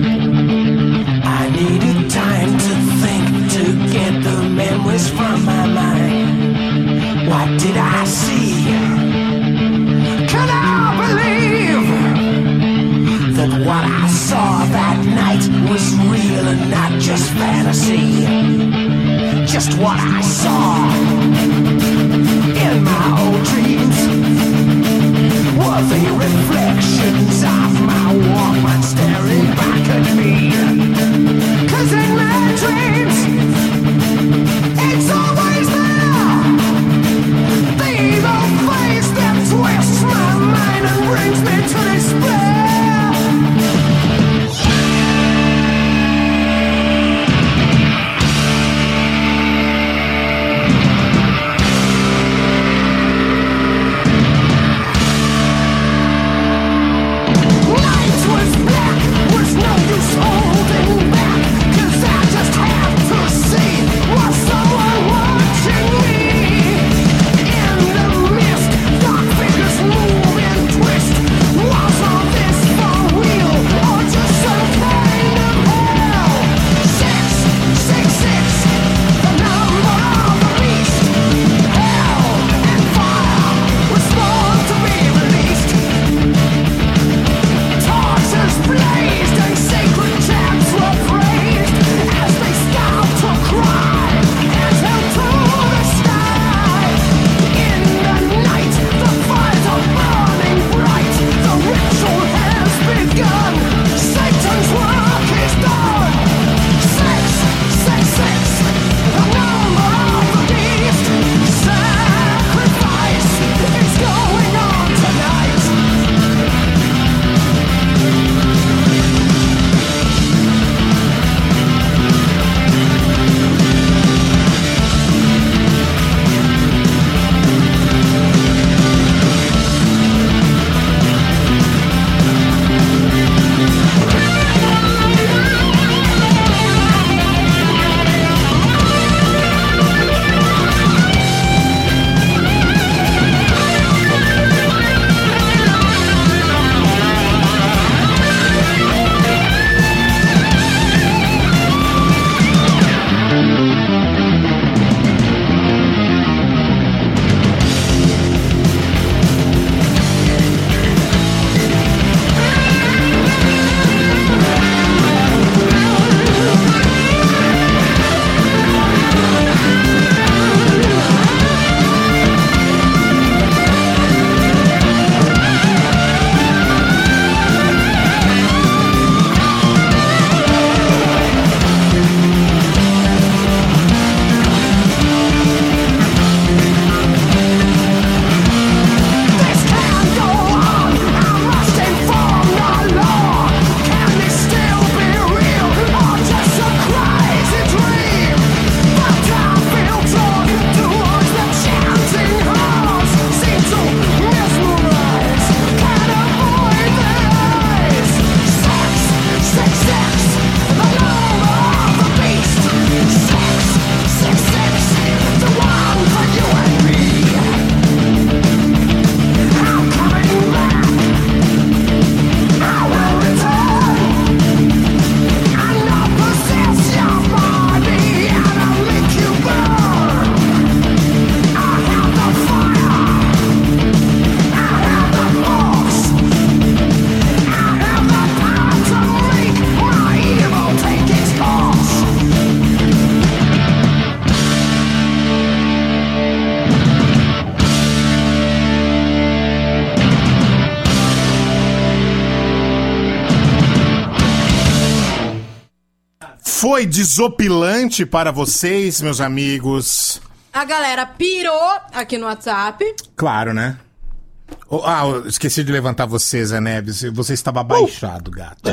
I needed time to think, to get the memories from my mind. What did I see? Can I believe that what I saw that night was real and not just fantasy? Just what I saw in my old dreams were the reflections of my Walkman staring back at me. 'Cause in my dreams, it's always there. The evil face that twists my mind and brings me to despair. Night was black, was no use holding. foi desopilante para vocês, meus amigos? A galera pirou aqui no WhatsApp. Claro, né? Oh, ah, eu esqueci de levantar você, Zé Neves. Você estava abaixado, uh. gato.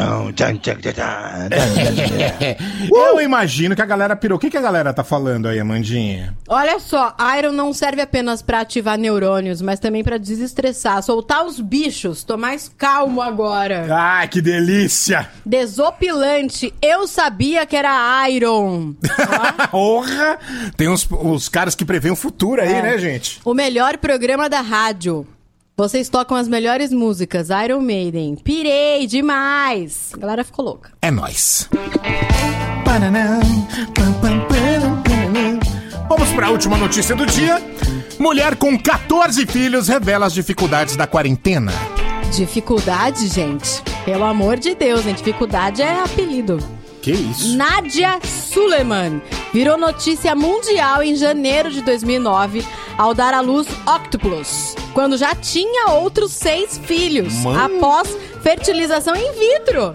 Eu imagino que a galera pirou. O que, que a galera tá falando aí, Amandinha? Olha só, Iron não serve apenas pra ativar neurônios, mas também pra desestressar, soltar os bichos. Tô mais calmo agora. Ai, que delícia! Desopilante. Eu sabia que era Iron. Porra! Tem uns, uns caras que preveem o futuro aí, é. né, gente? O melhor programa da rádio. Vocês tocam as melhores músicas, Iron Maiden. Pirei demais. A galera ficou louca. É nóis. Vamos para a última notícia do dia. Mulher com catorze filhos revela as dificuldades da quarentena. Dificuldade, gente? Pelo amor de Deus, hein? Dificuldade é apelido. Que isso? Nadia Suleiman virou notícia mundial em janeiro de dois mil e nove ao dar à luz óctuplos, quando já tinha outros seis filhos, Mano. após fertilização in vitro.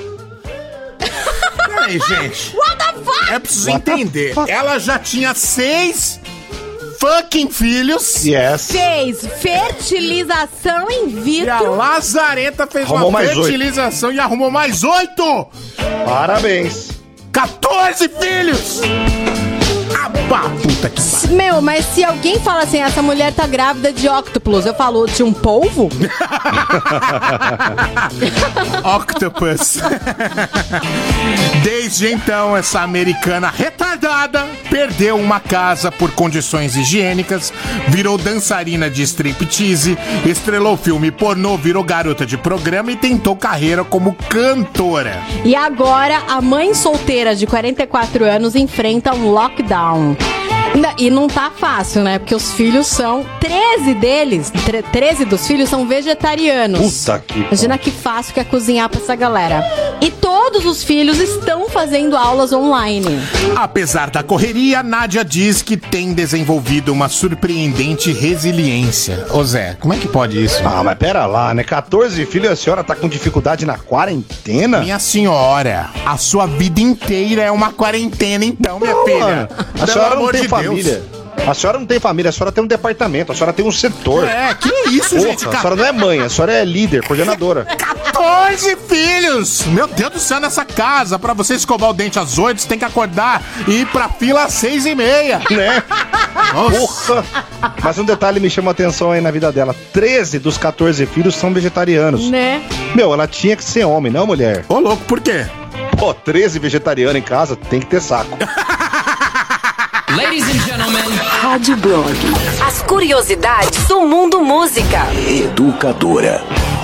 Peraí, gente. What the fuck? É preciso What entender. Ela já tinha seis fucking filhos. Yes. Fez fertilização in vitro. E a Lazareta fez arrumou uma fertilização oito. E arrumou mais oito. Parabéns. catorze filhos. Abá, puta que pariu. Meu, mas se alguém fala assim, essa mulher tá grávida de óctuplos, eu falo de um polvo? Octopus. Desde então, essa americana retardada perdeu uma casa por condições higiênicas, virou dançarina de striptease, estrelou filme pornô, virou garota de programa e tentou carreira como cantora. E agora, a mãe solteira de quarenta e quatro anos enfrenta um lockdown. E não tá fácil, né? Porque os filhos são... treze deles, treze dos filhos são vegetarianos. Puta que... Imagina que fácil que é cozinhar pra essa galera. E todos os filhos estão fazendo aulas online. Apesar da correria, Nádia diz que tem desenvolvido uma surpreendente resiliência. Ô Zé, como é que pode isso? Ah, mas pera lá, né? catorze filhos e a senhora tá com dificuldade na quarentena? Minha senhora, a sua vida inteira é uma quarentena então, minha Pô, filha. A senhora não tem de família. Deus. A senhora não tem família, a senhora tem um departamento, a senhora tem um setor. É, que isso, Porra, gente? A senhora não é mãe, a senhora é líder, coordenadora. catorze filhos! Meu Deus do céu, nessa casa, pra você escovar o dente às oito, você tem que acordar e ir pra fila às seis e meia. Né? Nossa! Mas um detalhe me chama a atenção aí na vida dela. treze dos catorze filhos são vegetarianos. Né? Meu, ela tinha que ser homem, não mulher. Ô, louco, por quê? Pô, treze vegetarianos em casa, tem que ter saco. Ladies and gentlemen, Rádio Blog. As curiosidades do mundo música. Educadora.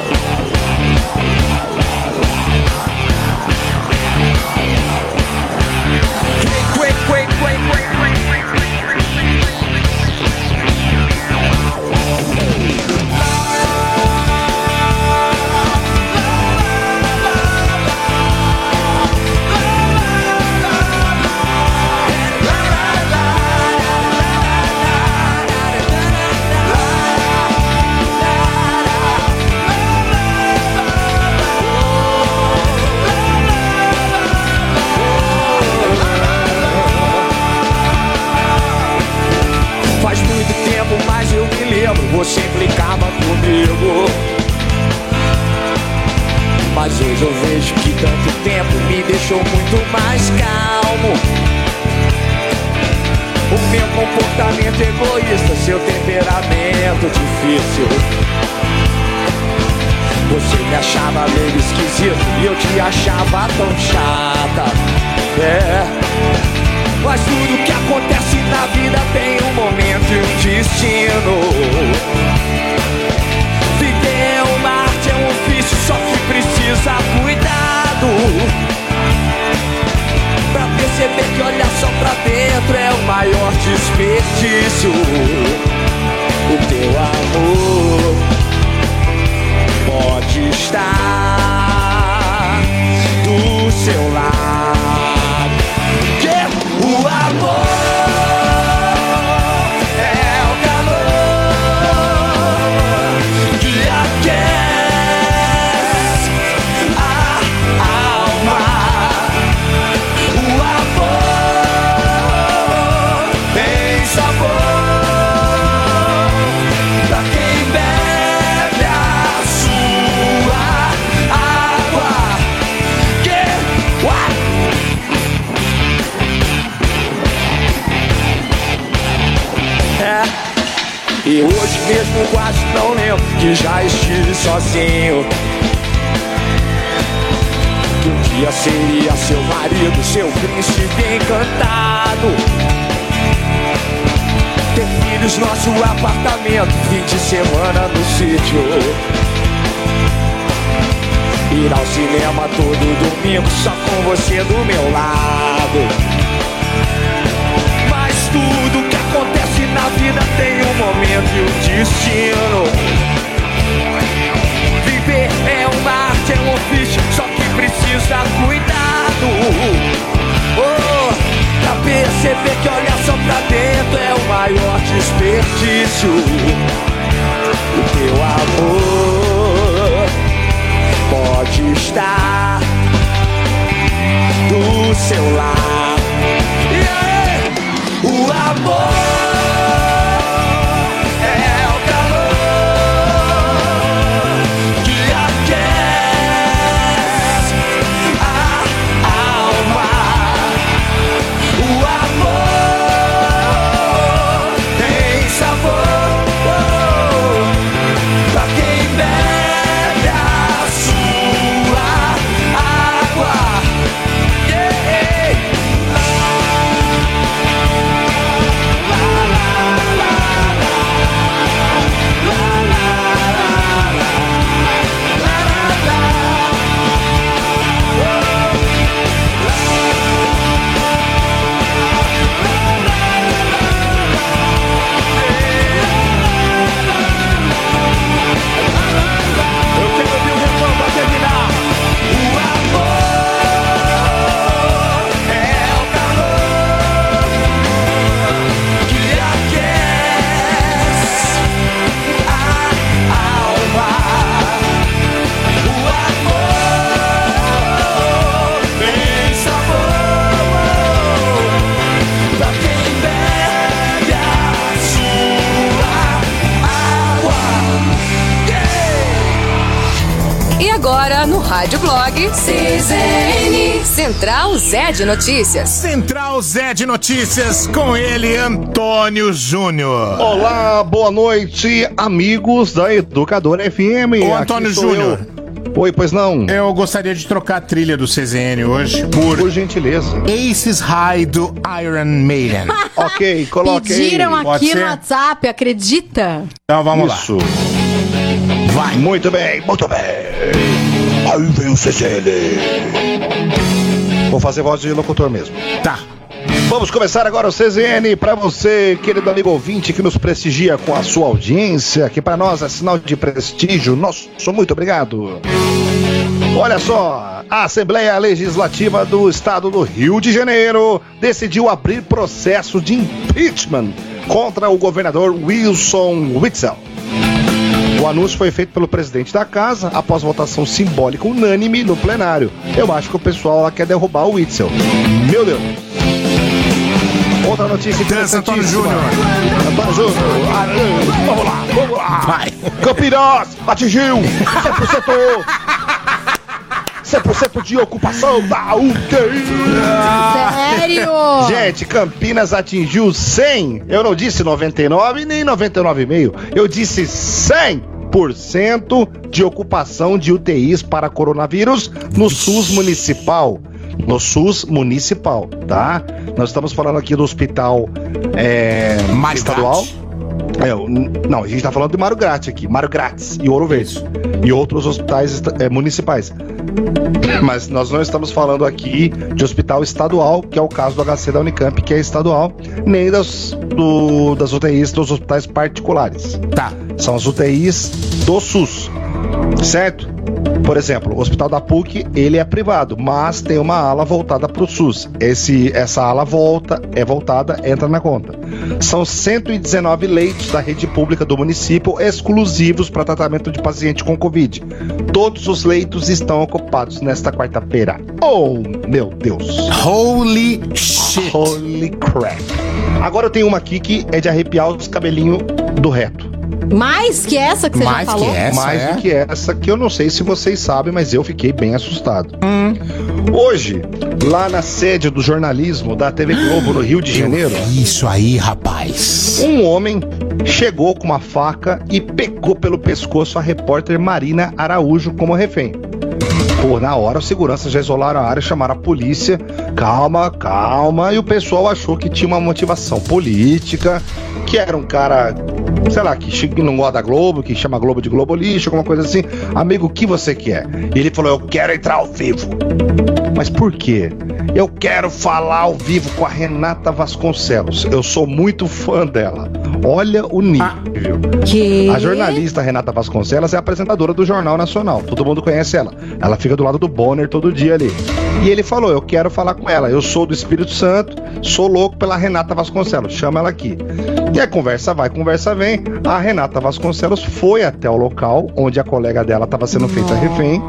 Você implicava comigo, mas hoje eu vejo que tanto tempo me deixou muito mais calmo. O meu comportamento egoísta, seu temperamento difícil. Você me achava meio esquisito e eu te achava tão chata. É. Mas tudo que acontece na vida tem um momento e um destino. Viver é uma arte, é um ofício, só que precisa cuidado. Pra perceber que olhar só pra dentro é o maior desperdício. O teu amor pode estar do seu lado. Que? mesmo quase não lembro que já estive sozinho. Que um dia seria seu marido, seu príncipe encantado. Ter filhos, nosso apartamento, fim de semana no sítio. Ir ao cinema todo domingo, só com você do meu lado. Mas tudo que acontece na vida tem um momento e um destino. Viver é uma arte, é um ofício, só que precisa cuidado. Oh, pra perceber que olhar só pra dentro é o maior desperdício. O teu amor pode estar do seu lado. Yeah! O amor é o calor que aquece a alma. O amor tem sabor pra quem bebe a sua água. Yeah. Agora no Rádio Blog C Z N, Central Zé de Notícias. Central Zé de Notícias, com ele, Antônio Júnior. Olá, boa noite, amigos da Educadora F M. Ô, Antônio Júnior. Eu. Oi, pois não? Eu gostaria de trocar a trilha do C Z N hoje por... Por gentileza. Aces High do Iron Maiden. Ok, coloque aí. Pediram aqui Pode no ser? WhatsApp, acredita? Então vamos Isso. lá. Vai. Muito bem, muito bem. Aí vem o C Z N. Vou fazer voz de locutor mesmo. Tá. Vamos começar agora o C Z N para você, querido amigo ouvinte que nos prestigia com a sua audiência, que para nós é sinal de prestígio. Nosso muito obrigado. Olha só, a Assembleia Legislativa do Estado do Rio de Janeiro decidiu abrir processo de impeachment contra o governador Wilson Witzel. O anúncio foi feito pelo presidente da casa após votação simbólica unânime no plenário. Eu acho que o pessoal lá quer derrubar o Witzel. Meu Deus. Outra notícia interessante. Antônio Júnior. Antônio Júnior. Ah, vamos lá, vamos lá. Vai. Campinas atingiu cem por cento. cem por cento de ocupação da U T I. Sério? Gente, Campinas atingiu cem. Eu não disse noventa e nove nem noventa e nove vírgula cinco. Eu disse cem por cento de ocupação de U T Is para coronavírus no SUS municipal. No SUS municipal, tá? Nós estamos falando aqui do hospital é, estadual. É, não, a gente tá falando de Mário Grátis aqui, Mário Grátis e Ouro Verde e outros hospitais é, municipais. Mas nós não estamos falando aqui de hospital estadual, que é o caso do H C da Unicamp, que é estadual, nem das, do, das U T Is dos hospitais particulares. Tá. São as U T Is do SUS, certo? Por exemplo, o hospital da P U C, ele é privado, mas tem uma ala voltada para o SUS. Esse, essa ala volta, é voltada, entra na conta. São cento e dezenove leitos da rede pública do município exclusivos para tratamento de paciente com Covid. Todos os leitos estão ocupados nesta quarta-feira. Oh, meu Deus. Holy shit. Holy crap. Agora eu tenho uma aqui que é de arrepiar os cabelinhos do reto. Mais que essa que você Mais já falou? que essa, Mais é? do que essa, que eu não sei se vocês sabem, mas eu fiquei bem assustado. Hum. Hoje, lá na sede do jornalismo da T V Globo no Rio de Janeiro, Isso aí, rapaz. um homem chegou com uma faca e pegou pelo pescoço a repórter Marina Araújo como refém. Pô, na hora os seguranças já isolaram a área, chamaram a polícia. Calma, calma. E o pessoal achou que tinha uma motivação política, que era um cara, sei lá, que não gosta da Globo, que chama a Globo de Globo lixo, alguma coisa assim. Amigo, o que você quer? E ele falou, eu quero entrar ao vivo. Mas por quê? Eu quero falar ao vivo com a Renata Vasconcelos. Eu sou muito fã dela. Olha o nível. Que? A jornalista Renata Vasconcelos é apresentadora do Jornal Nacional. Todo mundo conhece ela. Ela fica do lado do Bonner todo dia ali. E ele falou, eu quero falar com ela. Eu sou do Espírito Santo, sou louco pela Renata Vasconcelos. Chama ela aqui. E a conversa vai, conversa vem. A Renata Vasconcelos foi até o local onde a colega dela estava sendo feita refém.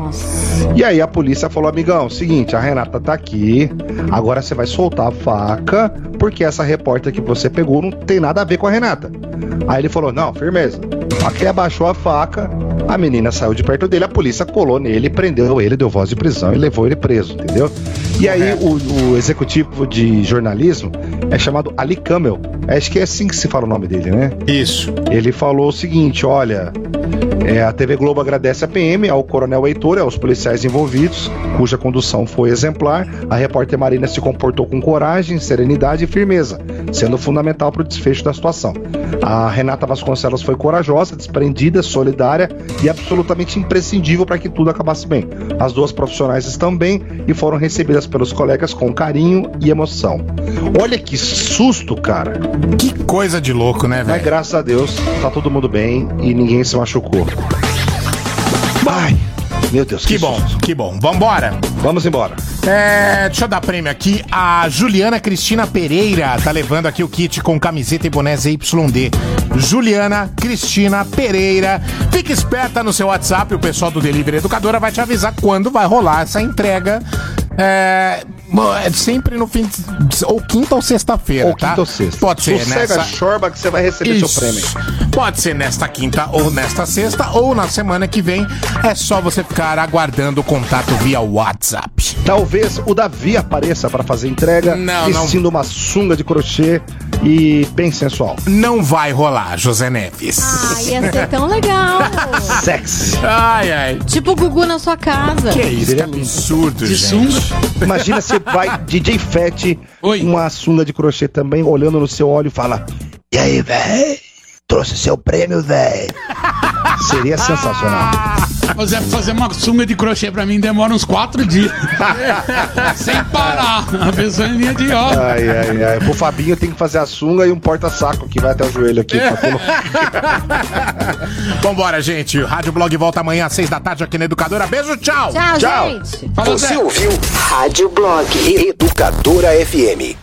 E aí a polícia falou, amigão, seguinte, a Renata tá aqui, agora você vai soltar a faca, porque essa repórter que você pegou não tem nada a ver com a Renata. Aí ele falou, não, firmeza. Até abaixou a faca, a menina saiu de perto dele, a polícia colou nele, prendeu ele, deu voz de prisão e levou ele preso, entendeu? E aí o, o executivo de jornalismo é chamado Ali Camel, acho que é assim que se fala o nome dele, né? Isso. Ele falou o seguinte, olha, é, a T V Globo agradece a P M, ao coronel Heitor e aos policiais envolvidos, cuja condução foi exemplar. A repórter Marina se comportou com coragem, serenidade e firmeza, sendo fundamental para o desfecho da situação. A Renata Vasconcelos foi corajosa, desprendida, solidária e absolutamente imprescindível para que tudo acabasse bem. As duas profissionais estão bem e foram recebidas pelos colegas com carinho e emoção. Olha que susto, cara. Que coisa de louco, né, velho? Mas graças a Deus, tá todo mundo bem e ninguém se machucou. Ai, meu Deus, que, que bom, susto. Que bom. Vambora? Vamos embora. É, deixa eu dar prêmio aqui. A Juliana Cristina Pereira tá levando aqui o kit com camiseta e boné Z Y D. Juliana Cristina Pereira. Fique esperta no seu WhatsApp, o pessoal do Delivery Educadora vai te avisar quando vai rolar essa entrega. É, é sempre no fim de, ou quinta ou sexta-feira, ou tá? quinta ou sexta. Pode ser Sossega nessa... chorba que você vai receber Isso. seu prêmio. Pode ser nesta quinta ou nesta sexta ou na semana que vem. É só você ficar aguardando o contato via WhatsApp. Talvez o Davi apareça para fazer entrega, não, vestindo não. uma sunga de crochê e bem sensual. Não vai rolar, José Neves. Ah, ia ser tão legal. Sexy. Ai, ai. Tipo o Gugu na sua casa. Que isso, que absurdo, de gente. Sunga. Imagina se vai D J Fett, uma sunga de crochê também, olhando no seu olho e fala: e aí, véi? Trouxe seu prêmio, véi. Seria sensacional. José, fazer uma sunga de crochê pra mim demora uns quatro dias. Sem parar. A pessoa em linha de obra. Ai, ai, ai. Pro Fabinho tem que fazer a sunga e um porta-saco que vai até o joelho aqui. Pra Vambora, gente. O Rádio Blog volta amanhã às seis da tarde aqui na Educadora. Beijo, tchau. Tchau, tchau. gente. Falou, Você Zé. ouviu Rádio Blog Educadora F M.